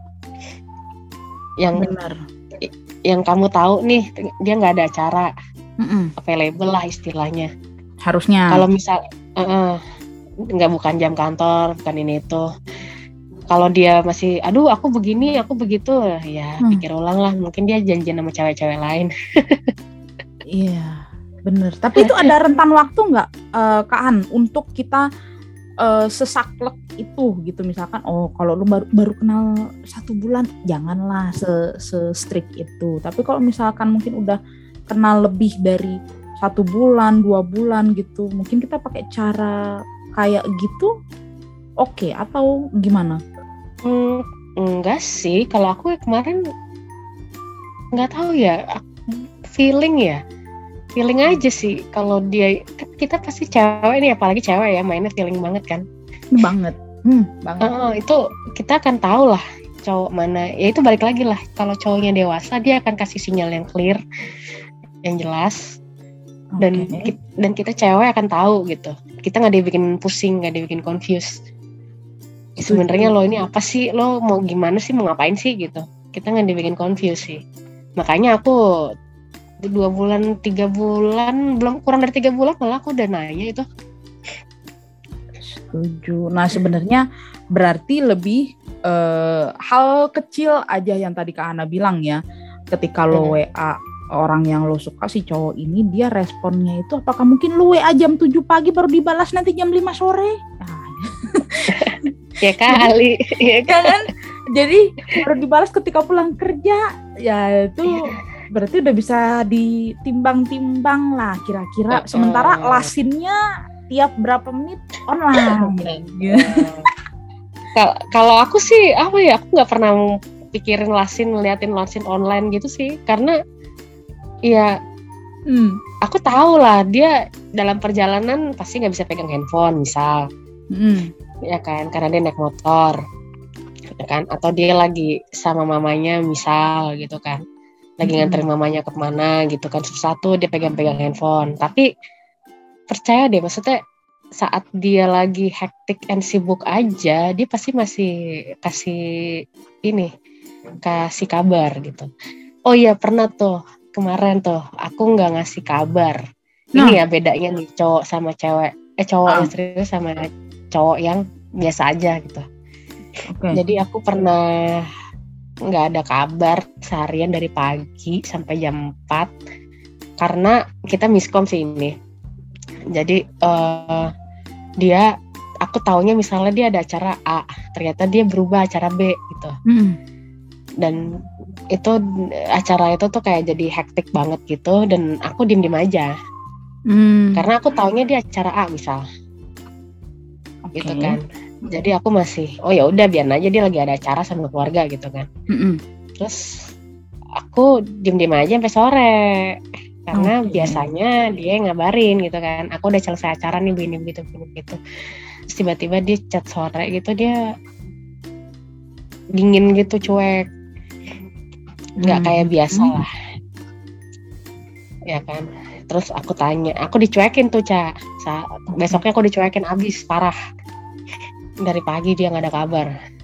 Yang benar. Yang kamu tahu nih dia nggak ada acara. Mm-mm. Available lah istilahnya. Harusnya. Kalau misal uh, nggak bukan jam kantor, bukan ini itu. Kalau dia masih, aduh aku begini, aku begitu, ya hmm. pikir ulang lah. Mungkin dia janjian sama cewek-cewek lain. Iya, bener. Tapi itu ada rentan waktu nggak, uh, Kak Han, untuk kita uh, sesaklek itu gitu misalkan. Oh, kalau lu baru baru kenal satu bulan, janganlah se se strict itu. Tapi kalau misalkan mungkin udah kenal lebih dari satu bulan, dua bulan gitu, mungkin kita pakai cara kayak gitu, oke okay, atau gimana? Hmm, enggak sih, kalau aku kemarin nggak tahu ya, feeling ya, feeling aja sih. Kalau dia, kita pasti cewek nih, apalagi cewek ya, mainnya feeling banget kan? Banget, hmm, banget. Oh, itu kita akan tahu lah cowok mana. Ya itu balik lagi lah, kalau cowoknya dewasa dia akan kasih sinyal yang clear, yang jelas, dan okay. dan kita cewek akan tahu gitu. Kita nggak dibikin pusing, nggak dibikin confused. Sebenarnya lo ini apa sih, lo mau gimana sih, mau ngapain sih gitu. Kita nggak dibikin confused sih. Makanya aku dua bulan, tiga bulan, belum kurang dari tiga bulan malah aku udah nanya itu. Setuju. Nah sebenarnya berarti lebih uh, hal kecil aja yang tadi Kak Ana bilang ya, ketika lo hmm. W A orang yang lo suka si cowok ini, dia responnya itu apakah mungkin lo W A jam tujuh pagi baru dibalas nanti jam lima sore? Nah, ya kali, ya kan? Jadi baru dibalas ketika pulang kerja, ya itu berarti udah bisa ditimbang-timbang lah kira-kira. Sementara lasinnya tiap berapa menit online. Kalau aku sih apa ya, aku nggak pernah pikirin lasin, ngeliatin lasin online gitu sih, karena ya, hmm. aku tahu lah dia dalam perjalanan pasti nggak bisa pegang handphone misal, hmm. ya kan, karena dia naik motor, ya kan, atau dia lagi sama mamanya misal gitu kan, lagi hmm. nganterin mamanya kemana gitu kan, satu dia pegang-pegang handphone. Tapi percaya deh, maksudnya saat dia lagi hektik and sibuk aja, dia pasti masih kasih ini, kasih kabar gitu. Oh iya pernah tuh. Kemarin tuh aku nggak ngasih kabar. Ini nah. ya bedanya nih cowok sama cewek, eh cowok ah. yang serius sama cowok yang biasa aja gitu. Okay. Jadi aku pernah nggak ada kabar seharian dari pagi sampai jam empat karena kita miskom sih ini. Jadi uh, dia, aku taunya misalnya dia ada acara A, ternyata dia berubah acara B gitu. Hmm. Dan itu acara itu tuh kayak jadi hektik banget gitu, dan aku diem-diem aja hmm. karena aku taunya dia acara A misal, okay. gitu kan. Jadi aku masih, oh ya udah biar aja dia lagi ada acara sama keluarga gitu kan. Mm-mm. Terus aku diem-diem aja sampai sore karena okay. biasanya dia ngabarin gitu kan, aku udah selesai acara nih begini gitu begini gitu. Terus tiba-tiba dia chat sore gitu, dia dingin gitu, cuek, nggak hmm. kayak biasa lah, ya kan. Terus aku tanya, aku dicuekin tuh Ca, Ca. Besoknya aku dicuekin abis parah, dari pagi dia nggak ada kabar.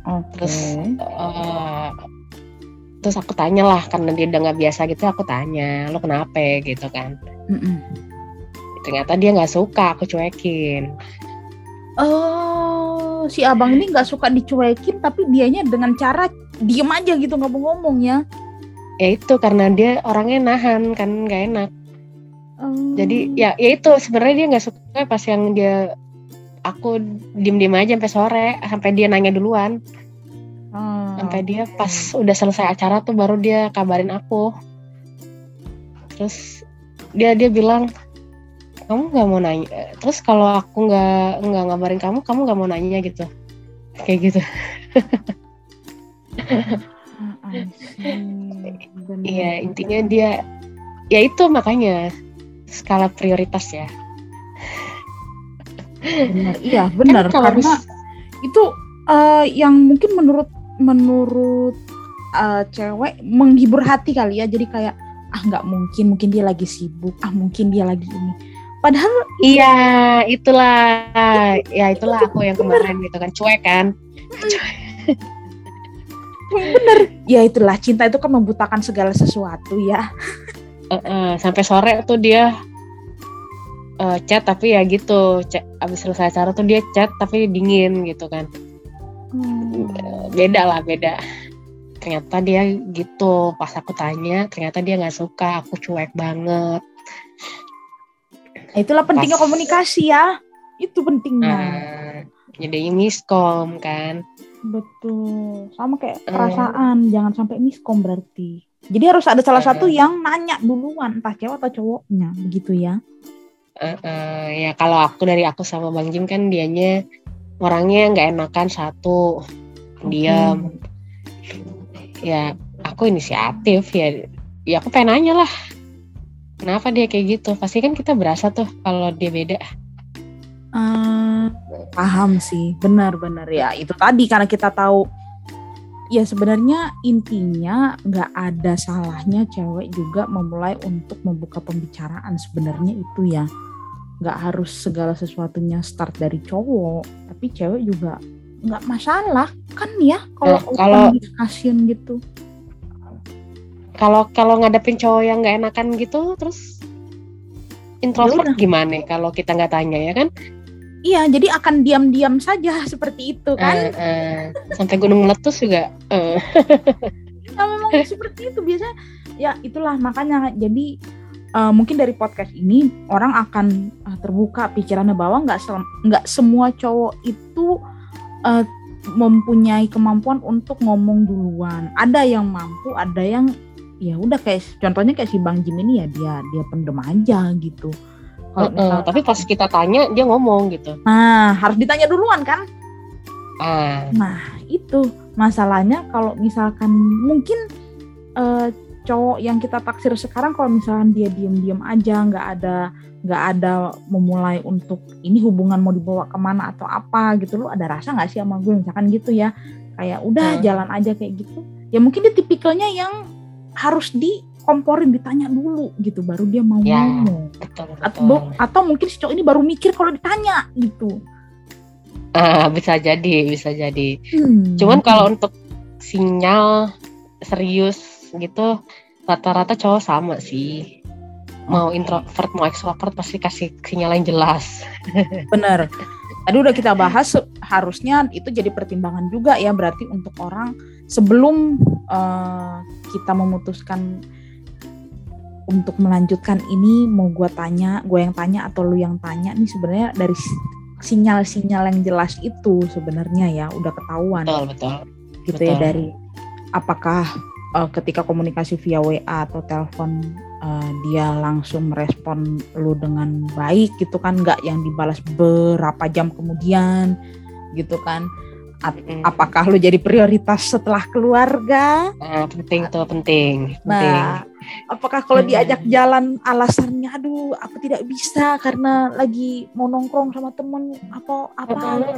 Oke. Terus uh, terus aku tanya lah, karena dia udah nggak biasa gitu, aku tanya, lo kenapa gitu kan. Mm-mm. Ternyata dia nggak suka aku cuekin. Oh, si abang ini nggak suka dicuekin, tapi dianya dengan cara diem aja gitu, nggak mau ngomong ya? Ya itu karena dia orangnya nahan kan, nggak enak. Oh. Jadi ya, ya itu sebenarnya dia nggak suka pas yang dia aku diem-diem aja sampai sore, sampai dia nanya duluan. Oh. Sampai dia pas udah selesai acara tuh baru dia kabarin aku. Terus dia dia bilang, kamu nggak mau nanya. Terus kalau aku nggak nggak ngabarin kamu, kamu nggak mau nanya gitu, kayak gitu. Iya, intinya dia ya itu, makanya skala prioritas ya. Benar, iya benar, Kan karena mis- itu uh, yang mungkin menurut menurut uh, cewek menghibur hati kali ya, jadi kayak ah nggak mungkin, mungkin dia lagi sibuk, ah mungkin dia lagi ini, padahal iya itulah ya itulah aku yang kemarin gitu kan, cuek kan. Bener, ya itulah cinta itu kan membutakan segala sesuatu ya. Uh, uh, sampai sore tuh dia uh, chat tapi ya gitu, chat, abis selesai acara tuh dia chat tapi dingin gitu kan. Hmm. Beda lah, beda. Ternyata dia gitu, pas aku tanya ternyata dia nggak suka aku cuek banget. Itulah pentingnya pas, komunikasi ya, itu pentingnya. Uh, jadi miskom kan. Betul, sama kayak perasaan, uh. jangan sampai miskom berarti. Jadi harus ada salah uh. satu yang nanya duluan, entah cewek atau cowoknya, begitu ya. Uh, uh, ya kalau aku dari aku sama Bang Jim kan dianya orangnya nggak enakan satu, okay. diam. Ya aku inisiatif ya, ya aku pengen nanya lah, kenapa dia kayak gitu? Pasti kan kita berasa tuh kalau dia beda. Uh, paham sih, benar-benar ya. Itu tadi karena kita tahu, ya sebenarnya intinya nggak ada salahnya cewek juga memulai untuk membuka pembicaraan sebenarnya itu ya. Nggak harus segala sesuatunya start dari cowok, tapi cewek juga nggak masalah kan ya kalau nah, kalau discussion gitu. Kalau kalau ngadepin cowok yang nggak enakan gitu, terus introvert Yaudah. Gimana kalau kita nggak tanya ya kan? Iya, jadi akan diam-diam saja seperti itu kan? Uh, uh, sampai gunung meletus juga. Uh. Nah, memang seperti itu biasanya. Ya itulah makanya jadi uh, mungkin dari podcast ini orang akan uh, terbuka pikirannya bahwa nggak se- nggak semua cowok itu uh, mempunyai kemampuan untuk ngomong duluan. Ada yang mampu, ada yang ya udah kayak contohnya kayak si Bang Jim ini ya dia dia pendem aja gitu. Uh, uh, tapi pas kita tanya dia ngomong gitu. Nah harus ditanya duluan kan. Uh. Nah itu masalahnya kalau misalkan mungkin uh, cowok yang kita taksir sekarang kalau misalkan dia diem-diem aja nggak ada nggak ada memulai untuk ini hubungan mau dibawa kemana atau apa gitu, lu ada rasa nggak sih sama gue misalkan gitu ya, kayak udah uh. jalan aja kayak gitu ya, mungkin dia tipikalnya yang harus di komporin, ditanya dulu gitu baru dia mau ya, ngomong betul, betul. Atau, atau mungkin si cowok ini baru mikir kalau ditanya gitu. Uh, bisa jadi bisa jadi hmm. Cuman kalau untuk sinyal serius gitu rata-rata cowok sama sih, mau okay. introvert mau extrovert pasti kasih sinyal yang jelas. Bener, tadi udah kita bahas harusnya itu jadi pertimbangan juga ya berarti untuk orang sebelum uh, kita memutuskan untuk melanjutkan ini, mau gue tanya, gue yang tanya atau lu yang tanya nih, sebenarnya dari sinyal-sinyal yang jelas itu sebenarnya ya udah ketahuan. Betul, betul. Gitu betul. Ya dari apakah uh, ketika komunikasi via W A atau telepon uh, dia langsung merespon lu dengan baik gitu kan, nggak yang dibalas berapa jam kemudian gitu kan. At- apakah lu jadi prioritas setelah keluarga? Nah, penting tuh, penting. Nah, penting. Apakah kalau diajak jalan alasannya, aduh, aku tidak bisa karena lagi mau nongkrong sama temen atau apa?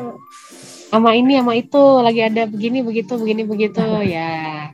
Sama ini, sama itu, lagi ada begini, begitu, begini, begitu, nah, ya.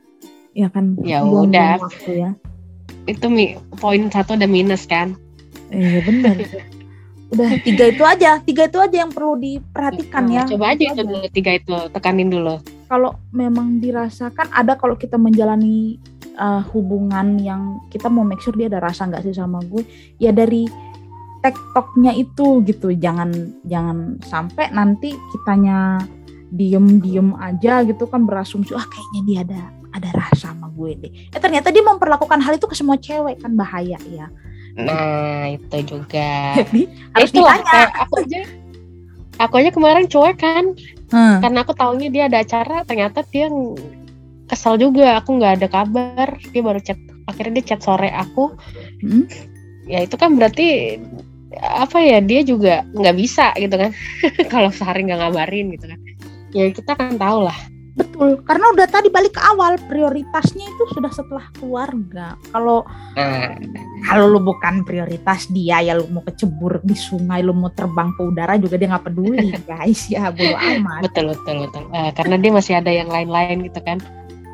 Ya kan. Ya udah. Waktu ya. Itu mi- poin satu ada minus kan? Iya benar. Udah tiga itu aja, tiga itu aja yang perlu diperhatikan nah, ya. Coba aja itu dulu, tiga itu tekanin dulu. kalau memang dirasakan ada, kalau kita menjalani uh, hubungan yang kita mau make sure dia ada rasa nggak sih sama gue, ya dari tektoknya itu gitu. Jangan jangan sampai nanti kitanya diem-diem aja gitu kan, berasumsi ah kayaknya dia ada ada rasa sama gue deh. Eh ternyata dia memperlakukan hal itu ke semua cewek, kan bahaya ya. Nah itu juga. Jadi harus Itulah, ditanya. kayak aku aja, aku aja kemarin cuek kan, Hmm. karena aku taunya dia ada acara, ternyata dia kesel juga, aku nggak ada kabar, dia baru chat, akhirnya dia chat sore aku. Hmm. Ya itu kan berarti apa ya, dia juga nggak bisa gitu kan kalau sehari nggak ngabarin gitu kan. Ya kita kan tahu lah. Betul, karena udah tadi balik ke awal, prioritasnya itu sudah setelah keluarga. Kalau Nah, kalau lu bukan prioritas dia, ya lu mau kecebur di sungai, lu mau terbang ke udara juga dia nggak peduli guys, ya bodo amat. betul betul betul. Eh, karena dia masih ada yang lain-lain gitu kan.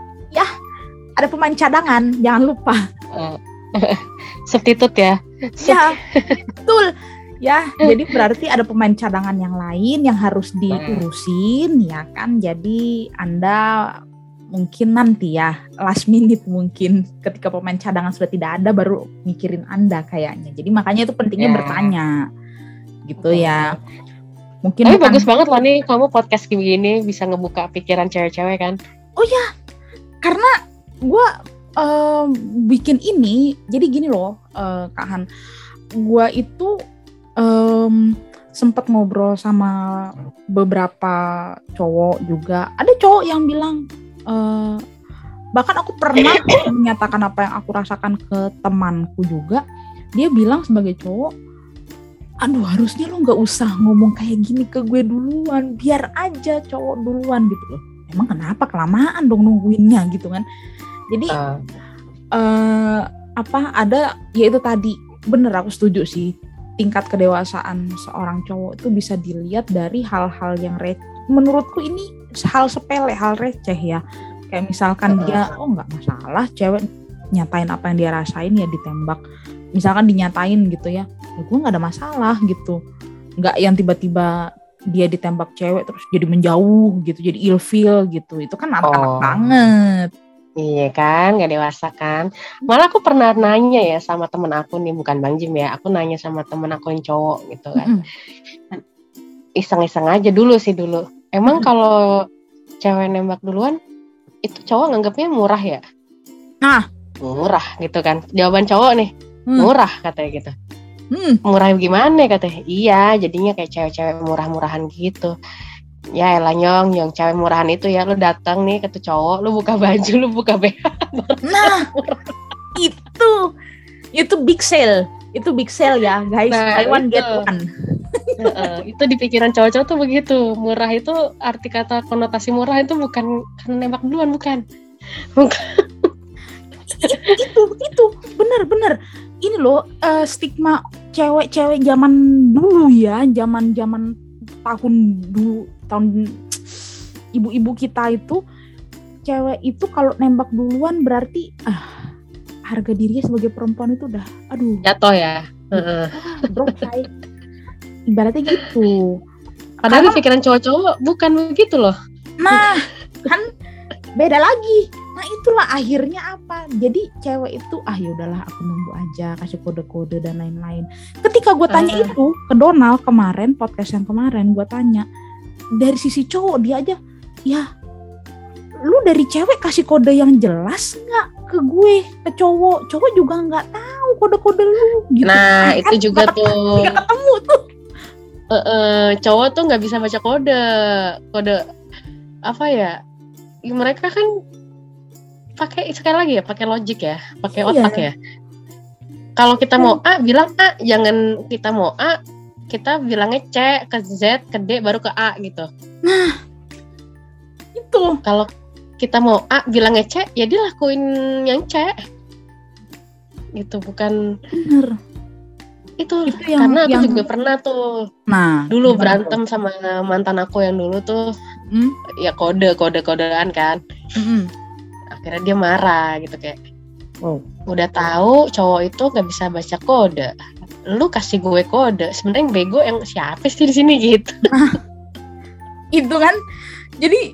Ada pemain cadangan, jangan lupa. Eh, substitute ya. Ya, betul. Ya, jadi berarti ada pemain cadangan yang lain yang harus diurusin, ya kan. Jadi Anda mungkin nanti ya last minute, mungkin ketika pemain cadangan sudah tidak ada baru mikirin Anda kayaknya. Jadi makanya itu pentingnya Ya. bertanya gitu ya. Mungkin Tapi bukan- bagus banget loh nih kamu podcast kayak begini, bisa ngebuka pikiran cewek-cewek kan. karena gue em, bikin ini, jadi gini loh eh, Kak Han, gue itu em, sempat ngobrol sama beberapa cowok juga. Ada cowok yang bilang, eh, bahkan aku pernah menyatakan apa yang aku rasakan ke temanku juga. Dia bilang sebagai cowok, aduh harusnya lo nggak usah ngomong kayak gini ke gue duluan, biar aja cowok duluan gitu loh. Emang kenapa, kelamaan dong nungguinnya gitu kan. Jadi Uh, eh, apa ada, ya itu tadi bener, aku setuju sih, tingkat kedewasaan seorang cowok itu bisa dilihat dari hal-hal yang receh. Menurutku ini hal sepele, hal receh ya. Kayak misalkan Uh-uh. dia, oh nggak masalah cewek nyatain apa yang dia rasain ya ditembak. Misalkan dinyatain gitu ya, ya gue nggak ada masalah gitu. Nggak yang tiba-tiba dia ditembak cewek terus jadi menjauh gitu, jadi ilfeel gitu. Itu kan anak-anak Oh. banget. Iya kan, gak dewasa kan. Malah aku pernah nanya ya sama temen aku nih, bukan Bang Jim ya. Aku nanya sama temen aku yang cowok gitu kan. Mm-mm. Iseng-iseng aja dulu sih dulu. Emang Mm-mm. kalau cewek nembak duluan, itu cowok nganggapnya murah ya? Nah. Murah gitu kan. Jawaban cowok nih, Hmm. murah katanya gitu. Hmm. Murah gimana katanya? Iya, jadinya kayak cewek-cewek murah-murahan gitu. Ya elah nyong, yang cewek murahan itu ya, lu datang nih ke tuh cowok, lu buka baju, lu buka B H. Nah, itu itu big sale, itu big sale ya guys. Nah, Buy one itu. get one. Heeh, itu di pikiran cowok-cowok tuh begitu. Murah itu, arti kata konotasi murah itu bukan karena nembak duluan, bukan. itu itu benar-benar ini loh, eh, stigma cewek-cewek zaman dulu ya, zaman-zaman tahun dulu, tahun ibu-ibu kita itu, cewek itu kalau nembak duluan berarti ah harga dirinya sebagai perempuan itu udah aduh Jatuh ya. Heeh. drop say. Ibaratnya gitu. Padahal Karena- di pikiran cowok-cowok bukan begitu loh. Nah, kan beda lagi. Nah, itulah akhirnya apa? Jadi cewek itu ah ya udahlah aku nunggu aja, kasih kode-kode dan lain-lain. Ketika gue tanya Ah. itu ke Donald kemarin, podcast yang kemarin gue tanya, dari sisi cowok dia aja, ya lu dari cewek kasih kode yang jelas nggak ke gue, ke cowok? Cowok juga nggak tahu kode-kode lu gitu. Nah, Kan itu juga nggak- tuh. nggak ketemu tuh. Heeh, cowok tuh nggak bisa baca kode. Kode apa ya? Ya, mereka kan pakai sekali lagi ya, pakai logik ya, pakai Iya. otak ya. Kalau kita mau A, bilang A, jangan kita mau A, kita bilangnya C ke Z ke D baru ke A gitu. Itu. Kalau kita mau A bilangnya C, ya dia lakuin yang C. Gitu, bukan Bener. itu. Itu yang- Karena aku yang- juga pernah tuh Nah, dulu gimana berantem sama mantan aku yang dulu tuh, tuh? Hmm? ya kode kode kodean kan. Mm-mm. Akhirnya dia marah gitu kayak, Wow. udah tahu cowok itu nggak bisa baca kode, lu kasih gue kode. Sebenarnya yang bego yang siapa sih di sini gitu. Itu kan Jadi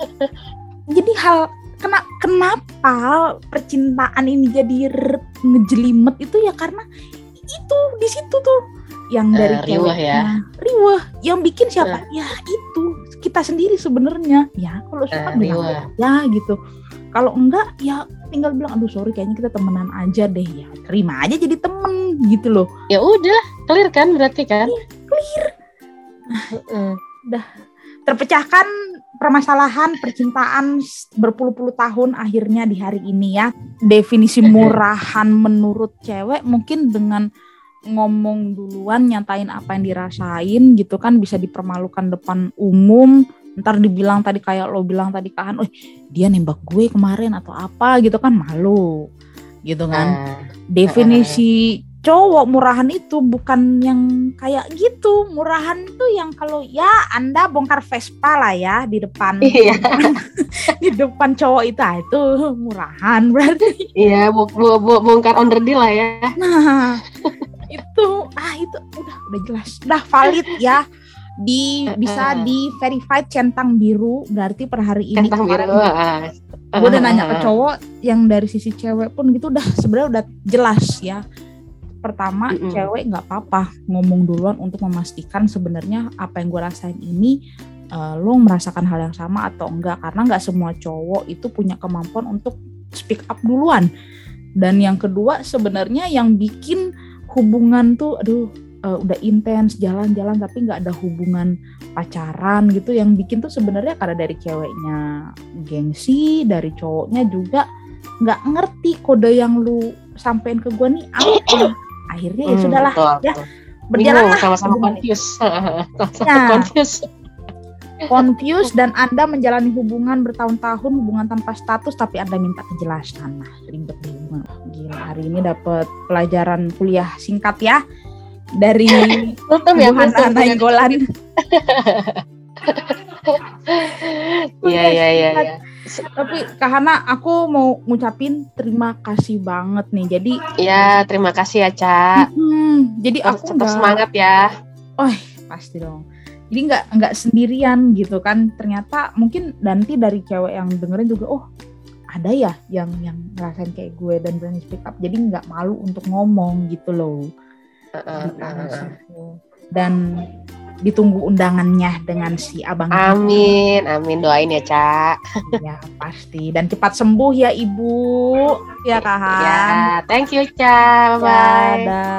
jadi hal kena, kenapa percintaan ini jadi r- ngejelimet itu ya karena itu di situ tuh yang dari uh, riwah ya. Riwah yang bikin siapa? Uh. Ya itu kita sendiri sebenarnya. Ya kalau suka uh, bilang ya gitu. Kalau enggak ya tinggal bilang aduh sorry kayaknya kita temenan aja deh. Ya terima aja jadi temen gitu loh. Ya udah, clear kan berarti kan? Ya, clear. Nah, uh. udah terpecahkan permasalahan percintaan berpuluh-puluh tahun akhirnya di hari ini ya. Definisi murahan menurut cewek mungkin dengan ngomong duluan, nyatain apa yang dirasain gitu kan, bisa dipermalukan depan umum. Ntar dibilang tadi kayak lo bilang tadi kan, oh dia nembak gue kemarin atau apa gitu kan, malu gitu kan. Definisi cowok murahan itu bukan yang kayak gitu. Murahan itu yang kalau ya Anda bongkar Vespa lah ya di depan iya. di depan cowok itu, ah, itu murahan berarti. Iya, bu- bu- bu- bongkar onder deal lah ya. Nah itu ah itu udah udah jelas, udah valid ya, di bisa di verified centang biru. Berarti per hari ini centang biru. Uh, gue udah nanya ke cowok yang dari sisi cewek pun gitu, udah sebenarnya udah jelas ya. Pertama, mm-mm. cewek nggak apa-apa ngomong duluan untuk memastikan sebenarnya apa yang gue rasain ini uh, lo merasakan hal yang sama atau enggak, karena nggak semua cowok itu punya kemampuan untuk speak up duluan. Dan yang kedua sebenarnya yang bikin hubungan tuh aduh uh, udah intens jalan-jalan tapi nggak ada hubungan pacaran gitu, yang bikin tuh sebenarnya karena dari ceweknya gengsi, dari cowoknya juga nggak ngerti kode yang lu sampein ke gue nih apa. Akhirnya ya sudahlah hmm, ya berjalan sama-sama confuse. Ya. confuse confuse dan Anda menjalani hubungan bertahun-tahun, hubungan tanpa status tapi Anda minta kejelasan. Nah, ribet di hubungan. Gila, hari ini dapat pelajaran kuliah singkat ya dari Tuhan Ana Inggolan. Iya iya iya. Tapi Kak Hana, aku mau ngucapin terima kasih banget nih. Jadi ya terima kasih ya Ca. Hmm, jadi aku tetap semangat ya. Oh pasti dong. Jadi nggak nggak sendirian gitu kan. Ternyata mungkin nanti dari cewek yang dengerin juga, oh ada ya yang yang ngerasain kayak gue dan berani speak up. Jadi nggak malu untuk ngomong gitu loh. Uh, uh, uh. Dan ditunggu undangannya dengan si abang. Amin, amin, doain ya Ca. Ya pasti, dan cepat sembuh ya Ibu. Ya Kak Han. Ya, thank you Ca, bye. Dadah.